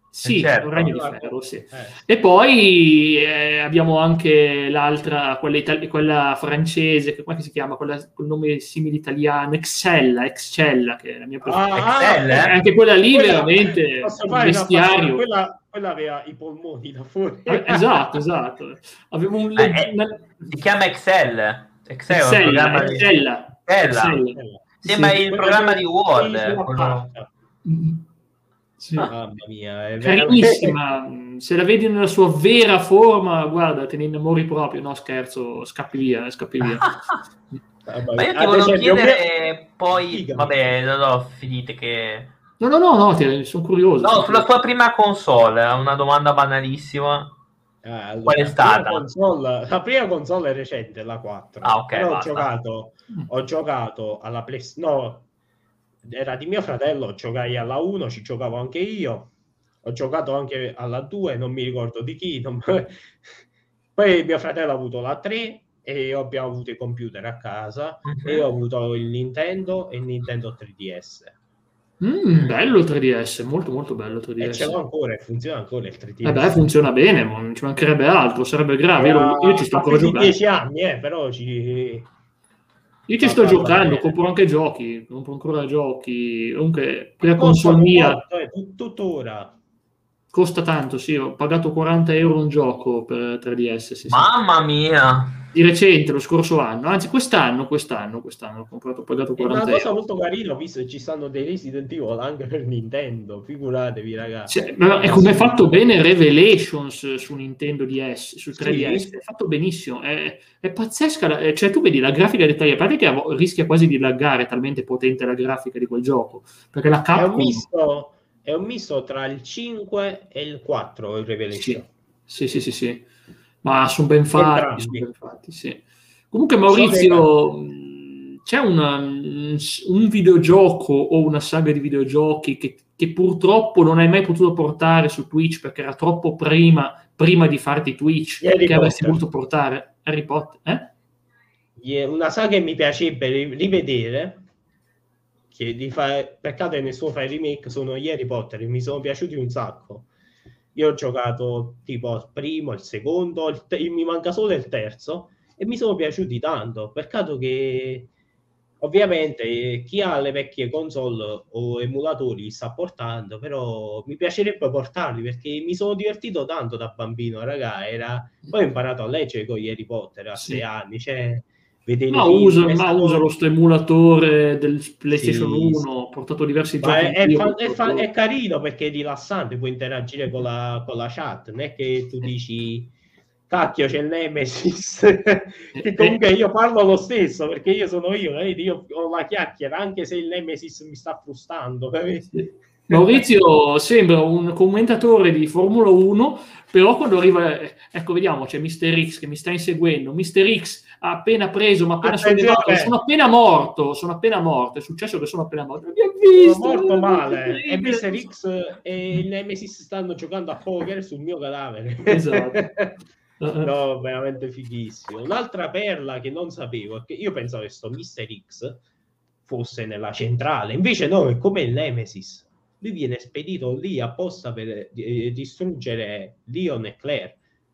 Sì, certo. un Regno di Ferro, sì. Eh. E poi eh, abbiamo anche l'altra, quella, itali- quella francese, che come si chiama? Quella col nome simile italiano, Excella, Excella, che è la mia preferita. Ah, Excel, eh? Anche quella lì quella- veramente posso un fare una battuta? bestiario. Quella, quella aveva i polmoni da fuori. Eh, esatto, esatto. Avevo un Ma è- una- si chiama Excel. Excel è un Excella, programma di... Excella, Excella. Excella. Sembra Sì. il programma di Word. Sulla quello- carta. Mm. Sì. Ah. Mamma mia, è veramente... Carinissima, se la vedi nella sua vera forma, guarda, te ne innamori proprio. No, scherzo, scappi via, scappi via. Vabbè, Ma io ti ad volevo esempio, chiedere poi... Digami. Vabbè, no, no, finite che... No, no, no, no, ti- sono curioso. No, sulla tua prima console, una domanda banalissima. Ah, allora, Qual è la stata? prima console- la prima console è recente, la quattro. Ah, ok, Però ho basta. giocato, ho giocato alla PlayStation. No, era di mio fratello, giocai alla uno, ci giocavo anche io. Ho giocato anche alla due, non mi ricordo di chi. non- Poi mio fratello ha avuto la tre e io abbiamo avuto i computer a casa. Mhm. E io ho avuto il Nintendo e il Nintendo tre D S. Mm, bello il tre D S, molto molto bello il tre D S. E ce l'ho ancora, e funziona ancora il tre D S. Eh beh, funziona bene, ma non ci mancherebbe altro, sarebbe grave. Io, lo- io ci sto Ha ancora più di giocando. dieci anni, eh, però ci... Io ci Va- sto va giocando, bene. compro anche giochi, compro ancora giochi. Comunque, per la Costa console un mia botto, eh, tut- tuttora. costa tanto, sì, ho pagato quaranta euro un gioco per tre D S, sì, sì. Mamma mia! Di recente, lo scorso anno, anzi quest'anno, quest'anno, quest'anno ho comprato, ho pagato È una quaranta cosa euro. molto carina, ho visto che ci stanno dei Resident Evil anche per Nintendo, figuratevi ragazzi. Cioè, ma è come è fatto bene Revelations su Nintendo D S, sul tre D S, Sì. è fatto benissimo, è, è pazzesca, la- eh, cioè tu vedi la grafica dettagliata, a parte che av- rischia quasi di laggare, talmente potente la grafica di quel gioco, perché la È un Capcom... misto, è un misto tra il cinque e il quattro, il Revelation. Sì, sì, sì, sì, sì. Ma sono ben fatti, Entrambi. sono ben fatti, sì. Comunque Maurizio, mh, c'è una- un videogioco o una saga di videogiochi che, che purtroppo non hai mai potuto portare su Twitch perché era troppo prima, prima di farti Twitch, Harry che avresti Potter. voluto portare? Harry Potter, eh? Ye- Una saga che mi piacerebbe ri- rivedere, che di fa... peccato che nessuno fa il remake, sono gli Harry Potter, mi sono piaciuti un sacco. Io ho giocato tipo il primo, il secondo, il te- mi manca solo il terzo e mi sono piaciuti tanto. Peccato che ovviamente eh, chi ha le vecchie console o emulatori li sta portando, però mi piacerebbe portarli perché mi sono divertito tanto da bambino, raga. Era... Poi ho imparato a leggere con gli Harry Potter a Sì. sei anni, cioè vedere Ma i film, usa, è ma stato- usa lo sto emulatore del PlayStation Sì, uno, ho portato diversi Ma giochi è, è anch'io, fa- è fa- proprio- è carino perché è rilassante, puoi interagire con la, con la chat, non è che tu dici cacchio c'è il Nemesis, che comunque io parlo lo stesso perché io sono io, vedi? Io ho la chiacchiera anche se il Nemesis mi sta frustando. Sì. Maurizio sembra un commentatore di Formula uno, però quando arriva, ecco vediamo, c'è mister X che mi sta inseguendo, mister X ha appena preso, ma appena Attenzione! sollevato, sono appena morto, sono appena morto, è successo che sono appena morto, mi ha visto, Sono morto eh, male e incredibile. mister X e il Nemesis stanno giocando a poker sul mio cadavere. Esatto. No, veramente fighissimo. Un'altra perla che non sapevo è che io pensavo che sto mister X fosse nella centrale, invece no, è come il Nemesis. Lui viene spedito lì apposta per eh, distruggere Leon e Claire,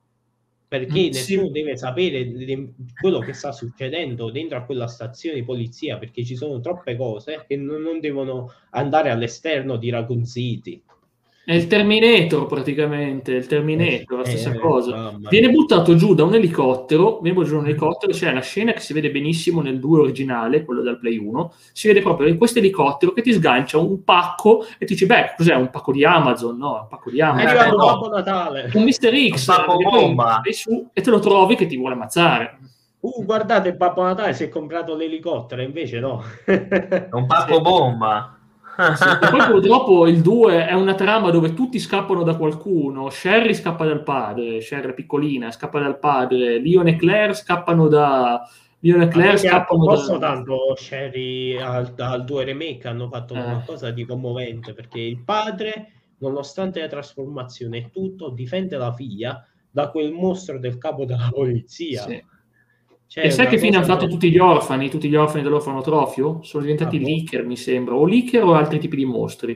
perché Mm, sì. nessuno deve sapere de- quello che sta succedendo dentro a quella stazione di polizia, perché ci sono troppe cose che non, non devono andare all'esterno di Raccoon City. È il Terminator praticamente, il Terminator, la Eh, stessa eh, cosa. mamma Viene mia. buttato giù da un elicottero, viene buttato giù da un elicottero, c'è la scena che si vede benissimo nel due originale, quello del Play uno, si vede proprio questo elicottero che ti sgancia un pacco e ti dici, beh, cos'è, un pacco di Amazon? No, un pacco di È Amazon. arrivato no. Babbo Natale. Un mister X, Un pacco e poi bomba. vai su e te lo trovi che ti vuole ammazzare. Uh, guardate, Babbo Natale si è comprato l'elicottero, invece no. È un pacco Sì. bomba. Sì, e poi purtroppo il due è una trama dove tutti scappano da qualcuno. Sherry scappa dal padre, Sherry è piccolina, scappa dal padre. Leon e Claire scappano da... Leon e Claire Ma perché scappano posso da... tanto Sherry al, al due remake hanno fatto Eh. qualcosa di commovente, perché il padre, nonostante la trasformazione e tutto, difende la figlia da quel mostro del capo della polizia. Sì. Cioè, E sai una che fine hanno cosa fatto che- tutti gli orfani, tutti gli orfani dell'orfanotrofio? Sono diventati Ah, boh. Licker, mi sembra, o Licker o altri tipi di mostri.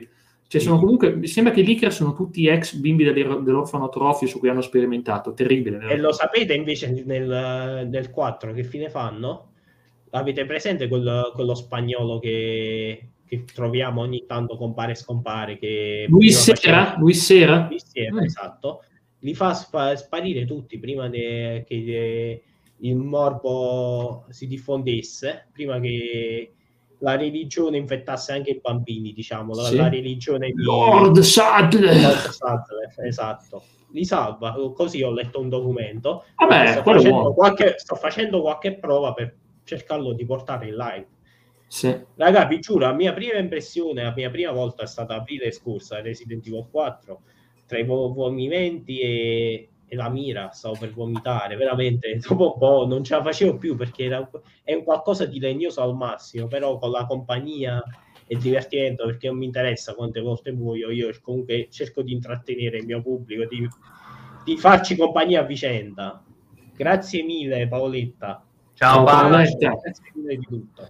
Cioè, sono comunque, mi sembra che i leaker sono tutti ex bimbi dell'orfanotrofio su cui hanno sperimentato. Terribile. E lo sapete invece nel, nel quattro che fine fanno? Avete presente quel, quello spagnolo che, che troviamo ogni tanto, compare e scompare? Che Luis Sera? faceva... Luis Sera? Luis Sera, mm. esatto. Li fa spa- sparire tutti prima de- che de- il morbo si diffondesse, prima che la religione infettasse anche i bambini, diciamo, la, sì. la religione di Lord Sadler. Lord Sadler, esatto. Li salva, così ho letto un documento. Vabbè, sto, facendo qualche, sto facendo qualche prova per cercarlo di portare in live. Sì. Raga, vi giuro, la mia prima impressione, la mia prima volta è stata aprile scorsa, Resident Evil quattro, tra i movimenti e, e la mira, stavo per vomitare, veramente, dopo un po' non ce la facevo più, perché era, è un qualcosa di legnoso al massimo, però con la compagnia è divertente, perché non mi interessa quante volte muoio, io comunque cerco di intrattenere il mio pubblico, di, di farci compagnia a vicenda. Grazie mille Paoletta. Ciao Paolo. Grazie mille di tutto.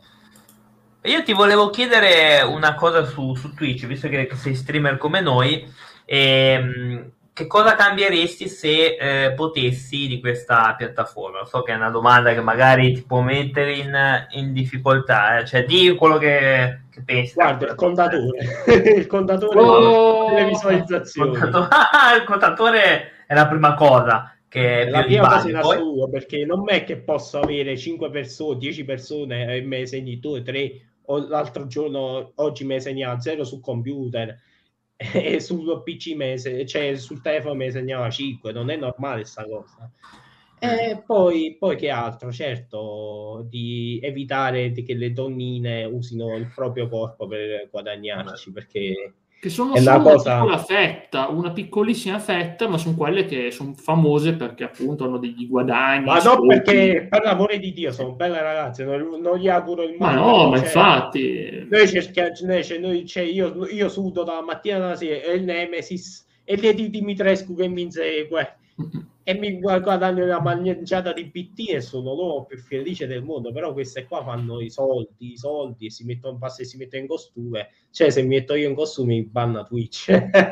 Io ti volevo chiedere una cosa su, su Twitch, visto che sei streamer come noi, ehm, che cosa cambieresti se eh, potessi di questa piattaforma? So che è una domanda che magari ti può mettere in, in difficoltà, eh? Cioè di quello che, che pensi. Guarda, il contatore, il contatore oh! delle visualizzazioni. Il contatore, ah, il contatore è la prima cosa. Che è la prima cosa in assoluto, perché non è che posso avere cinque persone, dieci persone e me segni due, tre, o l'altro giorno, oggi me segna zero sul computer e sul P C mese, cioè sul telefono me segnava cinque, non è normale sta cosa. E poi, poi che altro? Certo, di evitare di che le donnine usino il proprio corpo per guadagnarci, perché che sono è solo una cosa... una piccola fetta, una piccolissima fetta, ma sono quelle che sono famose perché appunto hanno degli guadagni. Ma non perché, per l'amore di Dio, sono belle ragazze, non, non gli auguro il male. Ma no, ma cioè, infatti... Noi cerchiamo, cioè, noi, cioè, io, io sudo dalla mattina alla sera, e il Nemesis, e le di Dimitrescu che mi insegue, e mi guadagno una mangiata di B T e sono l'uomo più felice del mondo. Però queste qua fanno i soldi, i soldi, e si mettono, basta, si mettono in costume. Cioè, se mi metto io in costume mi banna Twitch.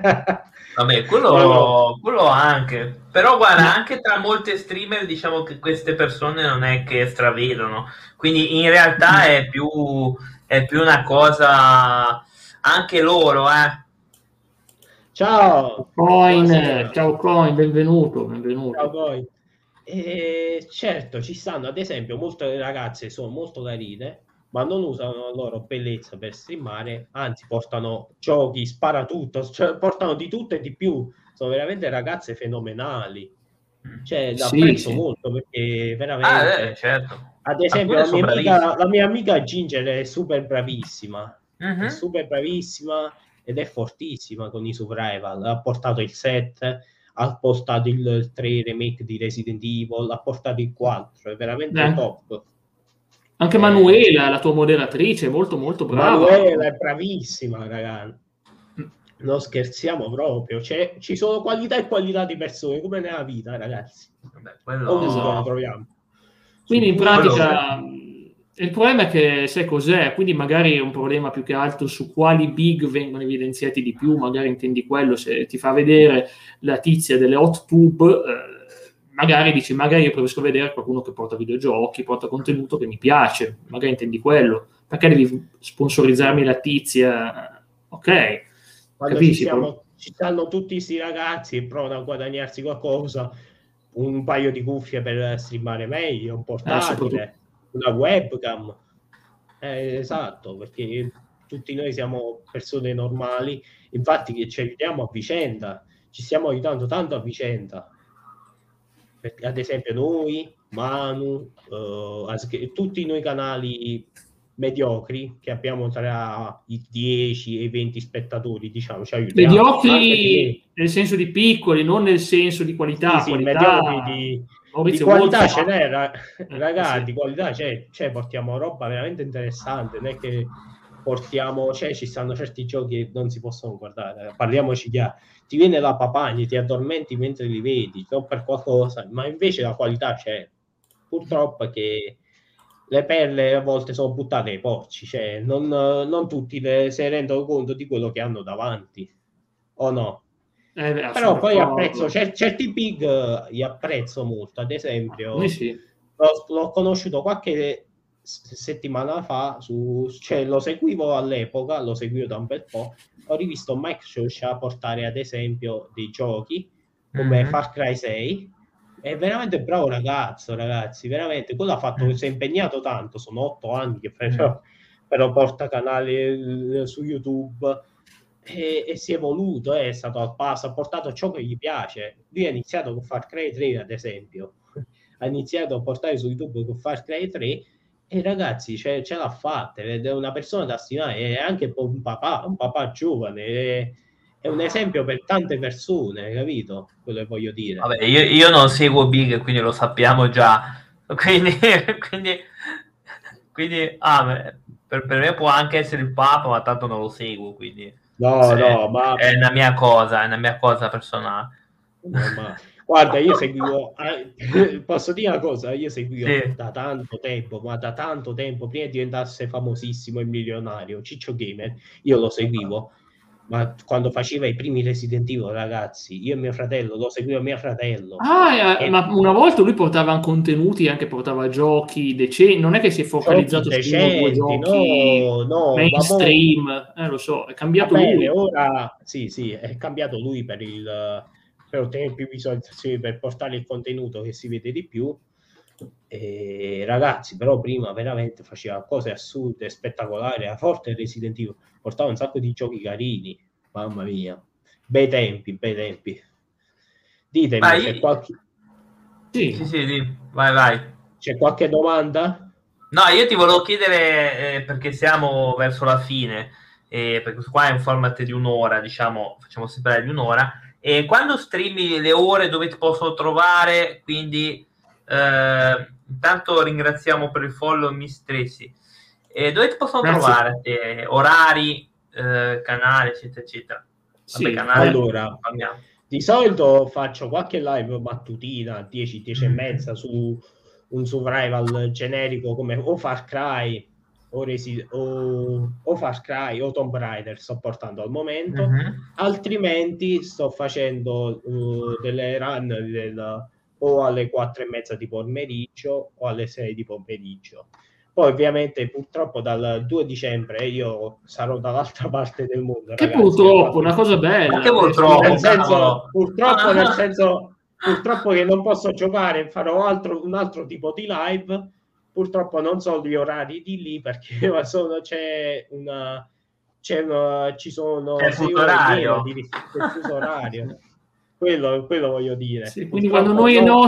Vabbè, quello, no. quello anche. Però guarda, anche tra molte streamer diciamo che queste persone non è che stravedono. Quindi in realtà è più, è più una cosa anche loro, eh. Ciao Coin, ciao Coin, benvenuto, benvenuto. Ciao Coin. E certo, ci stanno ad esempio molte ragazze sono molto carine, ma non usano la loro bellezza per streamare, anzi portano giochi, spara tutto, cioè portano di tutto e di più. Sono veramente ragazze fenomenali. Cioè, l'apprezzo sì, sì. molto, perché veramente ah, eh, certo. Ad esempio la mia, amica, la mia amica Ginger è super bravissima, uh-huh. è super bravissima ed è fortissima con i survival. Ha portato il set, ha portato il tre remake di Resident Evil, ha portato il quattro, è veramente eh. top. Anche eh. Manuela, la tua moderatrice, è molto molto brava. Manuela è bravissima, ragazzi. Non scherziamo proprio. Cioè, ci sono qualità e qualità di persone, come nella vita, ragazzi. Vabbè, quello... esatto. Lo troviamo. Quindi in pratica il problema è che sai cos'è, quindi magari è un problema più che altro su quali big vengono evidenziati di più, magari intendi quello, se ti fa vedere la tizia delle hot tube, eh, magari dici, magari io preferisco vedere qualcuno che porta videogiochi, porta contenuto che mi piace, magari intendi quello, perché devi sponsorizzarmi la tizia, ok, quando capisci? Ci, siamo, ci stanno tutti questi ragazzi e provano a guadagnarsi qualcosa, un paio di cuffie per streamare meglio, un portatile, eh, una webcam, eh, esatto, perché tutti noi siamo persone normali, infatti che ci aiutiamo a vicenda, ci stiamo aiutando tanto a vicenda, perché, ad esempio noi, Manu, uh, tutti noi canali mediocri che abbiamo tra i dieci e i venti spettatori, diciamo, ci aiutiamo. Mediocri nel senso di piccoli, non nel senso di qualità. Sì, sì, qualità... di, di qualità ce n'è, ragazzi, sì. Di qualità c'è, cioè portiamo roba veramente interessante, non è che portiamo, cioè ci stanno certi giochi che non si possono guardare, parliamoci chiaro, ti viene la papagna, ti addormenti mentre li vedi, non per qualcosa, ma invece la qualità c'è. Purtroppo che le perle a volte sono buttate ai porci, cioè non, non tutti le, si rendono conto di quello che hanno davanti, o no? Eh, beh, sono Però poi apprezzo d'accordo. cer- certi big, eh, li apprezzo molto. Ad Alcuni esempio, sì. l'ho, l'ho conosciuto qualche s- settimana fa, su, cioè lo seguivo all'epoca, lo seguivo da un bel po'. Ho rivisto Mike Scioscia portare ad esempio dei giochi come Mhm. Far Cry sei. È veramente bravo ragazzo, ragazzi, veramente. Quello ha fatto, si è impegnato tanto, sono otto anni che però, però porta canali eh, su YouTube e, e si è evoluto, è stato al passo, ha portato ciò che gli piace. Lui ha iniziato con Far Cry tre, ad esempio, ha iniziato a portare su YouTube con Far Cry tre e ragazzi ce, ce l'ha fatta, ed è una persona da stimare, è anche un papà, un papà giovane, è, è un esempio per tante persone, capito? Quello che voglio dire. Vabbè, io, io non seguo Big, quindi lo sappiamo già. Quindi, quindi, quindi ah, beh, per, per me può anche essere il Papa, ma tanto non lo seguo, quindi No, è, no, ma è una mia cosa, è una mia cosa personale. no, ma guarda, io seguivo, eh, posso dire una cosa, io seguivo Sì. da tanto tempo, ma da tanto tempo, prima che diventasse famosissimo e milionario, Ciccio Gamer, io lo seguivo, ma quando faceva i primi Resident Evil, ragazzi, io e mio fratello, lo seguivo mio fratello, Ah, eh, e ma una volta lui portava contenuti, anche portava giochi decenti, non è che si è giochi focalizzato su uno o due decenti, giochi no, no, ma mo, mainstream, eh, lo so, è va cambiato bene, lui. ora sì, sì, è cambiato lui per, il, per ottenere più visualizzazioni, per portare il contenuto che si vede di più. E, ragazzi, però prima veramente faceva cose assurde, spettacolari, era forte Resident Evil, portava un sacco di giochi carini, mamma mia, bei tempi, bei tempi. Ditemi, Vai, c'è qualche, sì, Sì, sì, sì, vai, vai. c'è qualche domanda? No, io ti volevo chiedere, eh, perché siamo verso la fine, eh, perché questo qua è un format di un'ora, diciamo, facciamo sempre di un'ora, e quando streami le ore dove ti possono trovare, quindi eh, intanto ringraziamo per il follow Miss Tracy, e dove ti possono grazie. trovare? Te, orari, eh, canale, eccetera, eccetera. Vabbè, Sì, canale, eh, Allora, parliamo. di solito faccio qualche live mattutina, dieci, dieci e Mm. mezza su un survival generico come o Far Cry o, Resi- o, o Far Cry o Tomb Raider sto portando al momento, Mhm. altrimenti sto facendo uh, delle run del- o alle quattro e mezza di pomeriggio o alle sei di pomeriggio. Poi ovviamente purtroppo dal due dicembre io sarò dall'altra parte del mondo, che ragazzi, purtroppo, una infatti cosa Ma che bella, eh, purtroppo, nel speriamo. senso, cavolo! purtroppo, nel senso, purtroppo che non posso giocare, farò altro, un altro tipo di live. Purtroppo non so gli orari di lì perché sono, c'è una, c'è una, ci C'è sono il sei fuso ore in meno orario. di del fuso orario. Quello, quello voglio dire. Sì, quindi quando Purtroppo noi è no,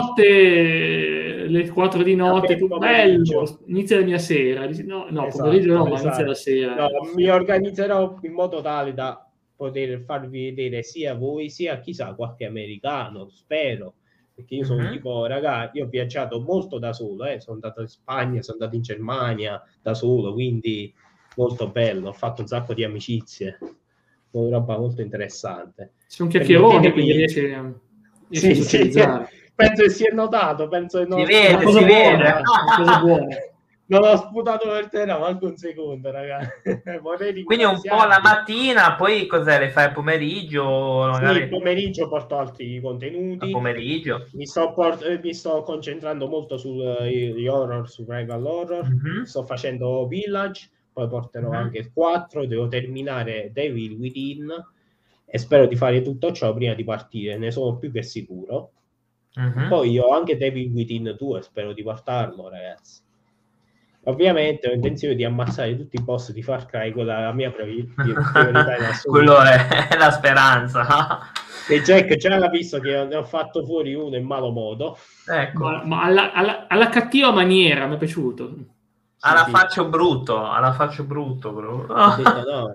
notte, le quattro di a me notte, è tu pomeriggio. bello, inizia la mia sera. Dici, no, no, pomeriggio no, Esatto, ma inizia la esatto. sera. No, Eh, mi sì. organizzerò in modo tale da poter farvi vedere sia voi sia chissà qualche americano, spero, perché io sono un Mhm. tipo, raga, io ho viaggiato molto da solo, eh. Sono andato in Spagna, sono andato in Germania da solo, quindi molto bello, ho fatto un sacco di amicizie, una roba molto interessante. Sei un chiacchierone, quindi Permettetemi, riesci, riesci a sì, sì, socializzare. penso che sia notato, penso che non Si ho È una vede, sputato cosa si per vede. buona, terra. è una cosa buona. Non ho sputato per terra manco un secondo, ragazzi. Vorrei Quindi un po' la ringraziarvi. mattina, poi cos'è? Le fai a pomeriggio, Sì, il magari pomeriggio porto altri a contenuti. pomeriggio. Mi sto, port- eh, mi sto concentrando molto sugli horror, survival horror. Mhm. Sto facendo Village, poi porterò Mhm. anche il quattro. Devo terminare Devil Within e spero di fare tutto ciò prima di partire, ne sono più che sicuro. Mhm. Poi ho anche Devil Within due, spero di portarlo, ragazzi. Ovviamente ho intenzione di ammazzare tutti i boss di Far Cry, quella è la mia priori- priorità in Quello assoluto. è, è la speranza. E Jack già l'ha visto che ne ho fatto fuori uno in malo modo. Ma, Ecco, ma alla, alla- alla cattiva maniera, mi è piaciuto. Sì, alla sì, faccio brutto, alla faccio brutto, bro. ho detto no.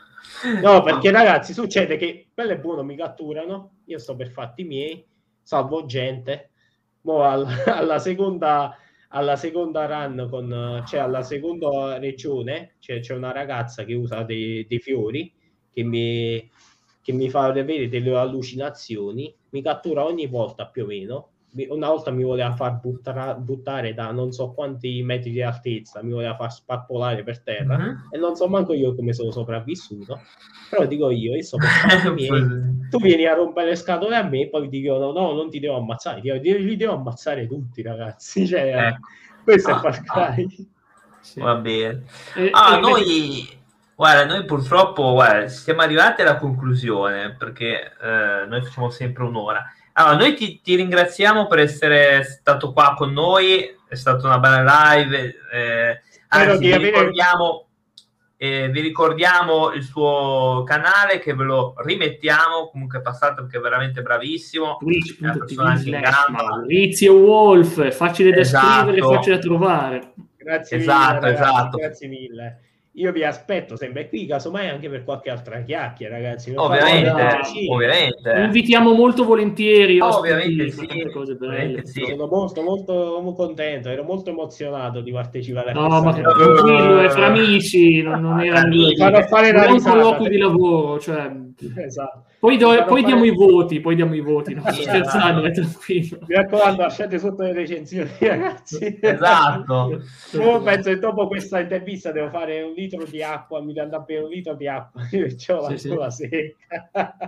No, perché ragazzi, succede che quello è buono, mi catturano, io sto per fatti miei, salvo gente. Mo al- alla seconda alla seconda run con cioè alla seconda regione cioè, c'è una ragazza che usa dei, dei fiori che mi, che mi fa avere delle allucinazioni, mi cattura ogni volta più o meno una volta mi voleva far buttare, buttare da non so quanti metri di altezza, mi voleva far spappolare per terra, mm-hmm. e non so manco io come sono sopravvissuto, però dico io, io so per fatti miei, tu vieni a rompere le scatole a me e poi ti dicono no, non ti devo ammazzare, ti, li devo ammazzare tutti, ragazzi, cioè, ecco. Questo ah, è Far Cry. Ah. Sì. Va bene. Eh, ah, eh, noi, eh, guarda, noi purtroppo guarda, siamo arrivati alla conclusione perché eh, noi facciamo sempre un'ora. Allora, noi ti, ti ringraziamo per essere stato qua con noi, è stata una bella live. Eh, anzi, vi, avere... ricordiamo, eh, vi ricordiamo il suo canale che ve lo rimettiamo. Comunque, passate perché è veramente bravissimo. Twitch punto tv slash Maurizio Wolf, facile da esatto. scrivere, facile da trovare. Grazie esatto, mille, ragazzi, esatto. Grazie mille. Io vi aspetto sempre qui, casomai anche per qualche altra chiacchiera, ragazzi. Ovviamente, ovviamente. Invitiamo molto volentieri. Oh, ovviamente sì. Cose belle. Sì. Sono molto, molto, molto contento, ero molto emozionato di partecipare a no, questa ma tranquillo, è fra amici, non, non era amici. Farò fare la un colloquio di lavoro, cioè... Esatto. Poi, do, poi fare... diamo i voti, poi diamo i voti, non sto scherzando, è tranquillo. Mi raccomando, lasciate sotto le recensioni, ragazzi. Esatto. Io penso che dopo questa intervista devo fare un litro di acqua, mi devo andare a bere un litro di acqua, perciò la sì, gola sì. secca.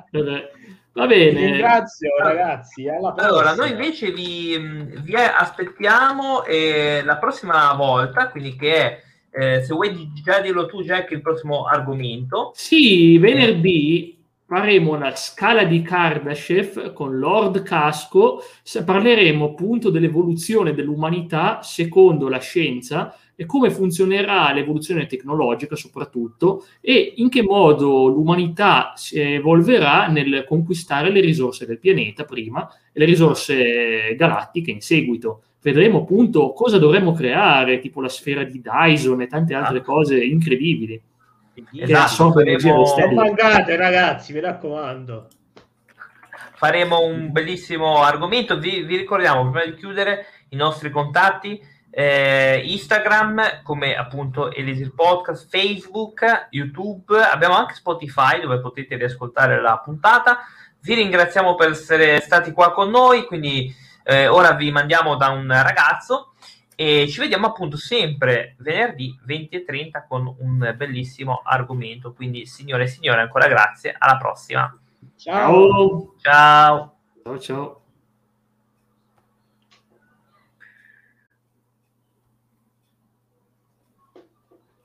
Va bene. Vi ringrazio, ragazzi. Alla prossima. Allora, noi invece vi, vi aspettiamo eh, la prossima volta, quindi che è, eh, se vuoi già dirlo tu, Jack, il prossimo argomento. Sì, venerdì faremo la scala di Kardashev con Lord Casco, parleremo appunto dell'evoluzione dell'umanità secondo la scienza e come funzionerà l'evoluzione tecnologica soprattutto e in che modo l'umanità si evolverà nel conquistare le risorse del pianeta prima e le risorse galattiche in seguito. Vedremo appunto cosa dovremmo creare, tipo la sfera di Dyson e tante altre cose incredibili. Esatto, faremo... non mancate ragazzi, mi raccomando. Faremo un bellissimo argomento. Vi, vi ricordiamo prima di chiudere i nostri contatti, eh, Instagram come appunto Elisir Podcast, Facebook, YouTube, abbiamo anche Spotify dove potete riascoltare la puntata. Vi ringraziamo per essere stati qua con noi, quindi eh, ora vi mandiamo da un ragazzo e ci vediamo appunto sempre venerdì venti e trenta con un bellissimo argomento. Quindi signore e signore, ancora grazie, alla prossima. Ciao. Ciao. Ciao ciao.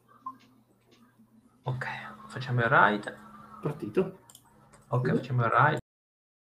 Ok, facciamo il ride. Partito. Ok, facciamo il ride.